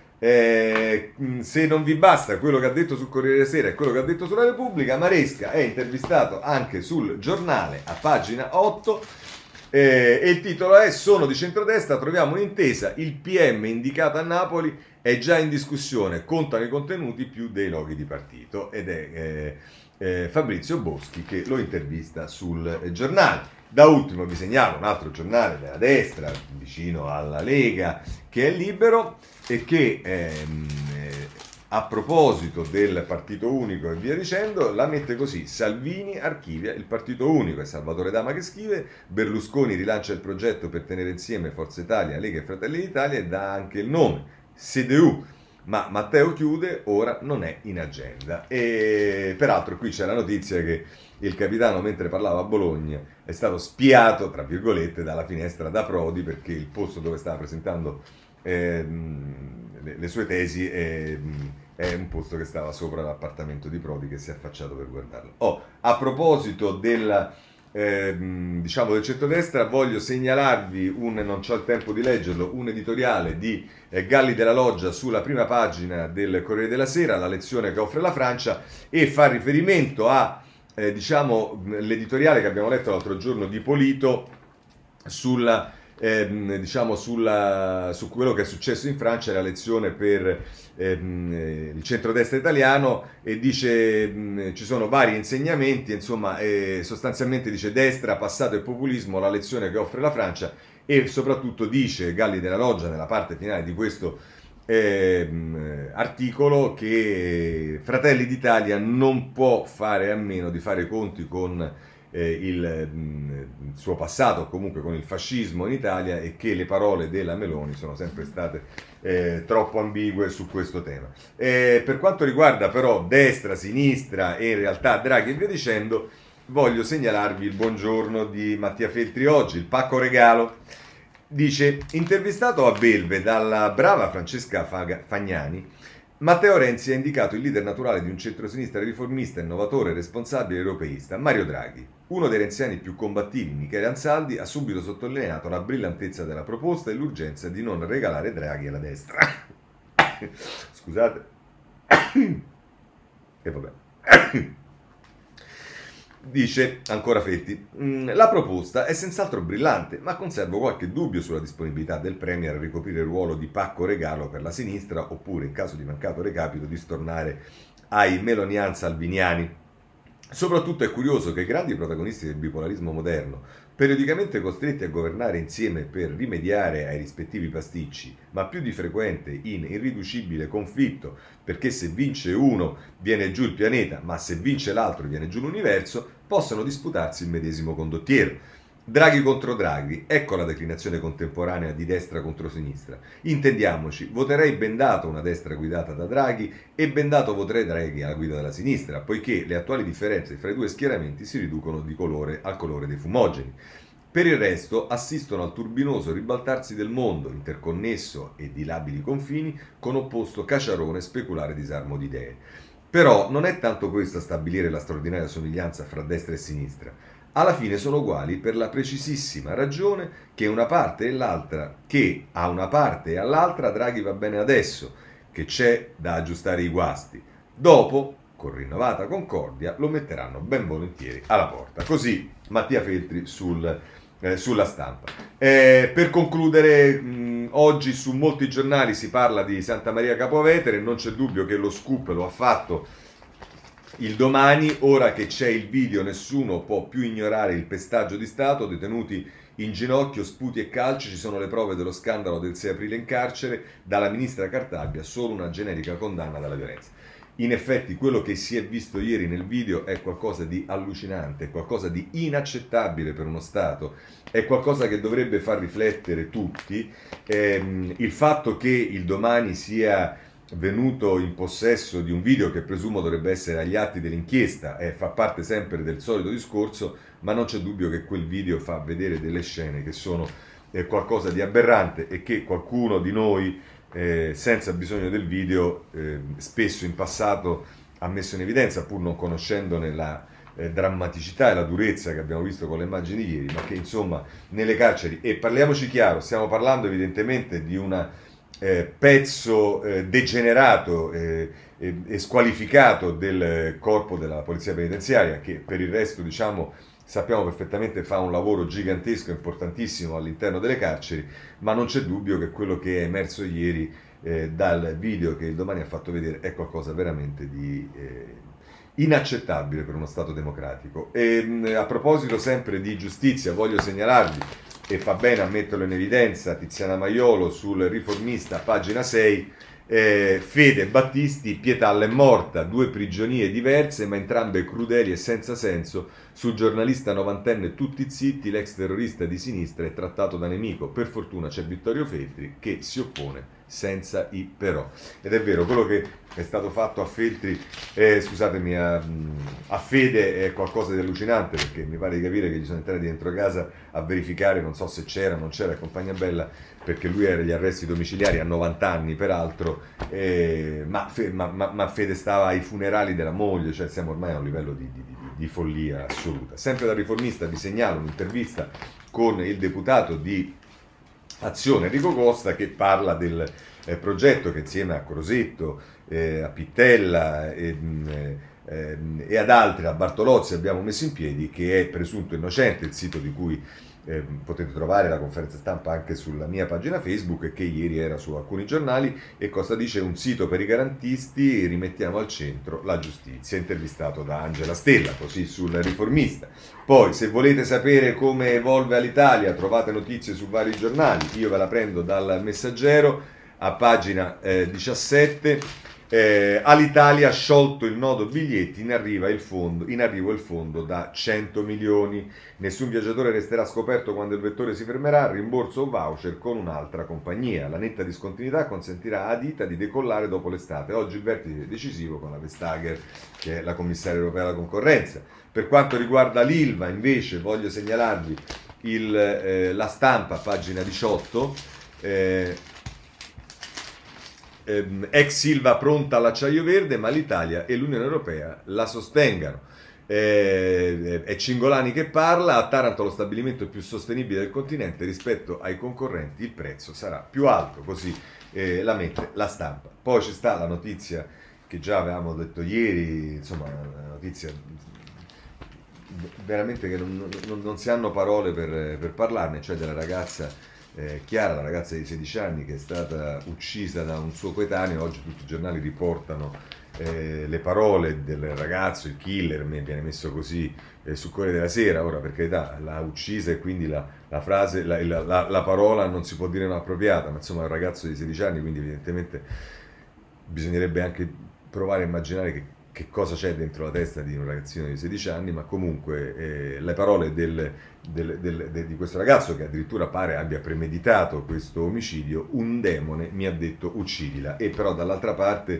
Se non vi basta quello che ha detto sul Corriere della Sera e quello che ha detto sulla Repubblica, Maresca è intervistato anche sul Giornale a pagina 8. E il titolo è: sono di centrodestra, troviamo un'intesa, il PM indicato a Napoli è già in discussione, contano i contenuti più dei loghi di partito. Ed è Fabrizio Boschi che lo intervista sul Giornale. Da ultimo vi segnalo un altro giornale della destra vicino alla Lega, che è Libero, e che a proposito del partito unico e via dicendo la mette così: Salvini archivia il partito unico. È Salvatore Dama che scrive: Berlusconi rilancia il progetto per tenere insieme Forza Italia, Lega e Fratelli d'Italia e dà anche il nome CDU. ma Matteo chiude, ora non è in agenda. E peraltro qui c'è la notizia che il capitano, mentre parlava a Bologna, è stato spiato, tra virgolette, dalla finestra da Prodi, perché il posto dove stava presentando le sue tesi è un posto che stava sopra l'appartamento di Prodi, che si è affacciato per guardarlo. A proposito del centrodestra, voglio segnalarvi non ho il tempo di leggerlo, un editoriale di Galli della Loggia sulla prima pagina del Corriere della Sera, la lezione che offre la Francia, e fa riferimento a l'editoriale che abbiamo letto l'altro giorno di Polito su quello che è successo in Francia, la lezione per il centrodestra italiano, e dice ci sono vari insegnamenti, insomma, sostanzialmente dice destra, passato e populismo, la lezione che offre la Francia, e soprattutto dice Galli della Loggia nella parte finale di questo articolo che Fratelli d'Italia non può fare a meno di fare i conti con il suo passato, comunque con il fascismo in Italia, e che le parole della Meloni sono sempre state troppo ambigue su questo tema. Per quanto riguarda però destra, sinistra e in realtà Draghi e via dicendo, voglio segnalarvi il buongiorno di Mattia Feltri oggi, il pacco regalo. Dice: intervistato a Belve dalla brava Francesca Fagnani, Matteo Renzi ha indicato il leader naturale di un centrosinistra riformista, innovatore, responsabile e europeista, Mario Draghi. Uno dei renziani più combattivi, Michele Ansaldi, ha subito sottolineato la brillantezza della proposta e l'urgenza di non regalare Draghi alla destra. Scusate. E vabbè. Dice ancora Fetti: la proposta è senz'altro brillante, ma conservo qualche dubbio sulla disponibilità del Premier a ricoprire il ruolo di pacco regalo per la sinistra, oppure, in caso di mancato recapito, di stornare ai melonian-salviniani. Soprattutto è curioso che i grandi protagonisti del bipolarismo moderno, periodicamente costretti a governare insieme per rimediare ai rispettivi pasticci, ma più di frequente in irriducibile conflitto, perché se vince uno viene giù il pianeta, ma se vince l'altro viene giù l'universo, possono disputarsi il medesimo condottiero. Draghi contro Draghi, ecco la declinazione contemporanea di destra contro sinistra. Intendiamoci, voterei bendato una destra guidata da Draghi e bendato voterei Draghi alla guida della sinistra, poiché le attuali differenze fra i due schieramenti si riducono al colore dei fumogeni. Per il resto assistono al turbinoso ribaltarsi del mondo, interconnesso e di labili confini, con opposto caciarone speculare disarmo di idee. Però non è tanto questo a stabilire la straordinaria somiglianza fra destra e sinistra. Alla fine sono uguali per la precisissima ragione che a una parte e all'altra Draghi va bene adesso, che c'è da aggiustare i guasti. Dopo, con rinnovata concordia, lo metteranno ben volentieri alla porta. Così Mattia Feltri sulla Stampa. Per concludere, oggi su molti giornali si parla di Santa Maria Capua Vetere, non c'è dubbio che lo scoop lo ha fatto il Domani. Ora che c'è il video nessuno può più ignorare il pestaggio di Stato, detenuti in ginocchio, sputi e calci, ci sono le prove dello scandalo del 6 aprile in carcere, dalla ministra Cartabia solo una generica condanna dalla violenza. In effetti quello che si è visto ieri nel video è qualcosa di allucinante, è qualcosa di inaccettabile per uno Stato, è qualcosa che dovrebbe far riflettere tutti. Il fatto che il Domani sia venuto in possesso di un video che presumo dovrebbe essere agli atti dell'inchiesta fa parte sempre del solito discorso, ma non c'è dubbio che quel video fa vedere delle scene che sono qualcosa di aberrante e che qualcuno di noi senza bisogno del video spesso in passato ha messo in evidenza, pur non conoscendone la drammaticità e la durezza che abbiamo visto con le immagini di ieri, ma che insomma nelle carceri, e parliamoci chiaro, stiamo parlando evidentemente di una pezzo degenerato e squalificato del corpo della polizia penitenziaria, che per il resto sappiamo perfettamente fa un lavoro gigantesco, importantissimo all'interno delle carceri, ma non c'è dubbio che quello che è emerso ieri dal video che il Domani ha fatto vedere è qualcosa veramente di inaccettabile per uno Stato democratico. A proposito sempre di giustizia, voglio segnalarvi, e fa bene a metterlo in evidenza, Tiziana Maiolo sul Riformista, pagina 6, Fede Battisti, Pietà è morta, 2 prigionie diverse ma entrambe crudeli e senza senso, sul giornalista novantenne tutti zitti, l'ex terrorista di sinistra è trattato da nemico, per fortuna c'è Vittorio Feltri che si oppone senza i però. Ed è vero, quello che è stato fatto a Feltri, scusatemi, a Fede è qualcosa di allucinante, perché mi pare di capire che gli sono entrati dentro casa a verificare, non so se c'era o non c'era il compagna Bella, perché lui era agli arresti domiciliari a 90 anni peraltro, ma Fede stava ai funerali della moglie, cioè siamo ormai a un livello di follia assoluta. Sempre da Riformista vi segnalo un'intervista con il deputato di Azione Enrico Costa, che parla del progetto che insieme a Crosetto, a Pittella e ad altri, a Bartolozzi, abbiamo messo in piedi, che è Presunto Innocente, il sito di cui potete trovare la conferenza stampa anche sulla mia pagina Facebook, e che ieri era su alcuni giornali. E Costa dice: un sito per i garantisti, rimettiamo al centro la giustizia, intervistato da Angela Stella, così sul Riformista. Poi, se volete sapere come evolve all'Italia, trovate notizie su vari giornali, io ve la prendo dal Messaggero a pagina 17. All'Italia sciolto il nodo biglietti, in arrivo il fondo da 100 milioni. Nessun viaggiatore resterà scoperto quando il vettore si fermerà, rimborso o voucher con un'altra compagnia. La netta discontinuità consentirà a Dita di decollare dopo l'estate. Oggi il vertice decisivo con la Vestager, che è la commissaria europea alla concorrenza. Per quanto riguarda l'Ilva, invece, voglio segnalarvi la Stampa, pagina 18. Ex Ilva pronta all'acciaio verde, ma l'Italia e l'Unione Europea la sostengano. È Cingolani che parla: a Taranto lo stabilimento più sostenibile del continente, rispetto ai concorrenti il prezzo sarà più alto, così la mette la Stampa. Poi ci sta la notizia che già avevamo detto ieri, insomma una notizia veramente che non si hanno parole per parlarne, cioè della ragazza Chiara, la ragazza di 16 anni che è stata uccisa da un suo coetaneo. Oggi tutti i giornali riportano le parole del ragazzo, il killer, viene messo così sul Corriere della Sera. Ora, per carità, l'ha uccisa e quindi la frase, la parola non si può dire non appropriata, ma insomma è un ragazzo di 16 anni, quindi evidentemente bisognerebbe anche provare a immaginare che cosa c'è dentro la testa di un ragazzino di 16 anni, ma comunque le parole di questo ragazzo, che addirittura pare abbia premeditato questo omicidio: un demone mi ha detto uccidila. E però dall'altra parte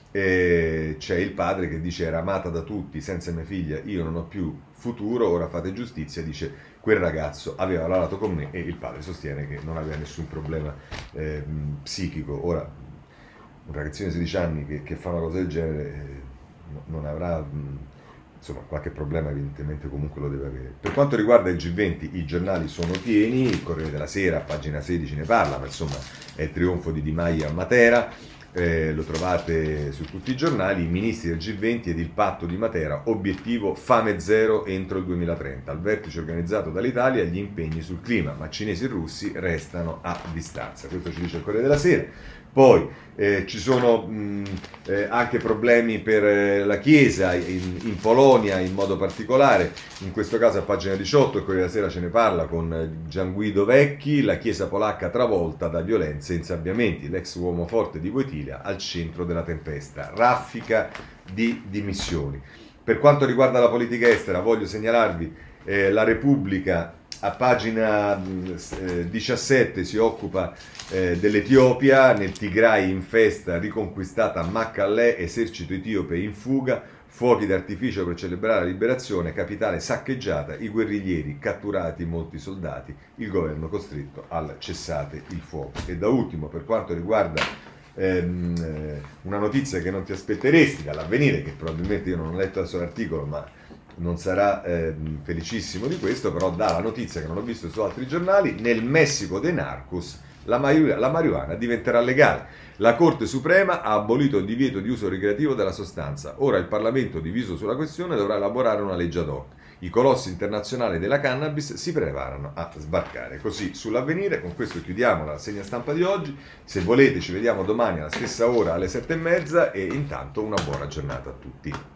c'è il padre che dice: era amata da tutti, senza mia figlia io non ho più futuro, ora fate giustizia. Dice: quel ragazzo aveva lavorato con me, e il padre sostiene che non aveva nessun problema psichico. Ora, un ragazzino di 16 anni che fa una cosa del genere non avrà, insomma, qualche problema evidentemente comunque lo deve avere. Per quanto riguarda il G20, i giornali sono pieni, il Corriere della Sera a pagina 16 ne parla, ma insomma è il trionfo di Di Maio a Matera, lo trovate su tutti i giornali. I ministri del G20 ed il patto di Matera, obiettivo fame zero entro il 2030, al vertice organizzato dall'Italia gli impegni sul clima, ma cinesi e russi restano a distanza. Questo ci dice il Corriere della Sera. Poi ci sono anche problemi per la Chiesa in Polonia in modo particolare. In questo caso a pagina 18 il Corriere della Sera ce ne parla con Gianguido Vecchi: la Chiesa polacca travolta da violenze e insabbiamenti, l'ex uomo forte di Wojtyla al centro della tempesta, raffica di dimissioni. Per quanto riguarda la politica estera, voglio segnalarvi la Repubblica a pagina 17 si occupa dell'Etiopia. Nel Tigray in festa, riconquistata Maccalè, esercito etiope in fuga, fuochi d'artificio per celebrare la liberazione, capitale saccheggiata, i guerriglieri catturati, molti soldati, il governo costretto al cessate il fuoco. E da ultimo, per quanto riguarda una notizia che non ti aspetteresti dall'Avvenire, che probabilmente io non ho letto il suo articolo, ma non sarà felicissimo di questo, però dà la notizia che non ho visto su altri giornali: nel Messico dei narcos la marijuana diventerà legale. La Corte Suprema ha abolito il divieto di uso ricreativo della sostanza. Ora il Parlamento, diviso sulla questione, dovrà elaborare una legge ad hoc. I colossi internazionali della cannabis si preparano a sbarcare. Così sull'Avvenire. Con questo chiudiamo la rassegna stampa di oggi. Se volete ci vediamo domani alla stessa ora, alle 7:30, e intanto una buona giornata a tutti.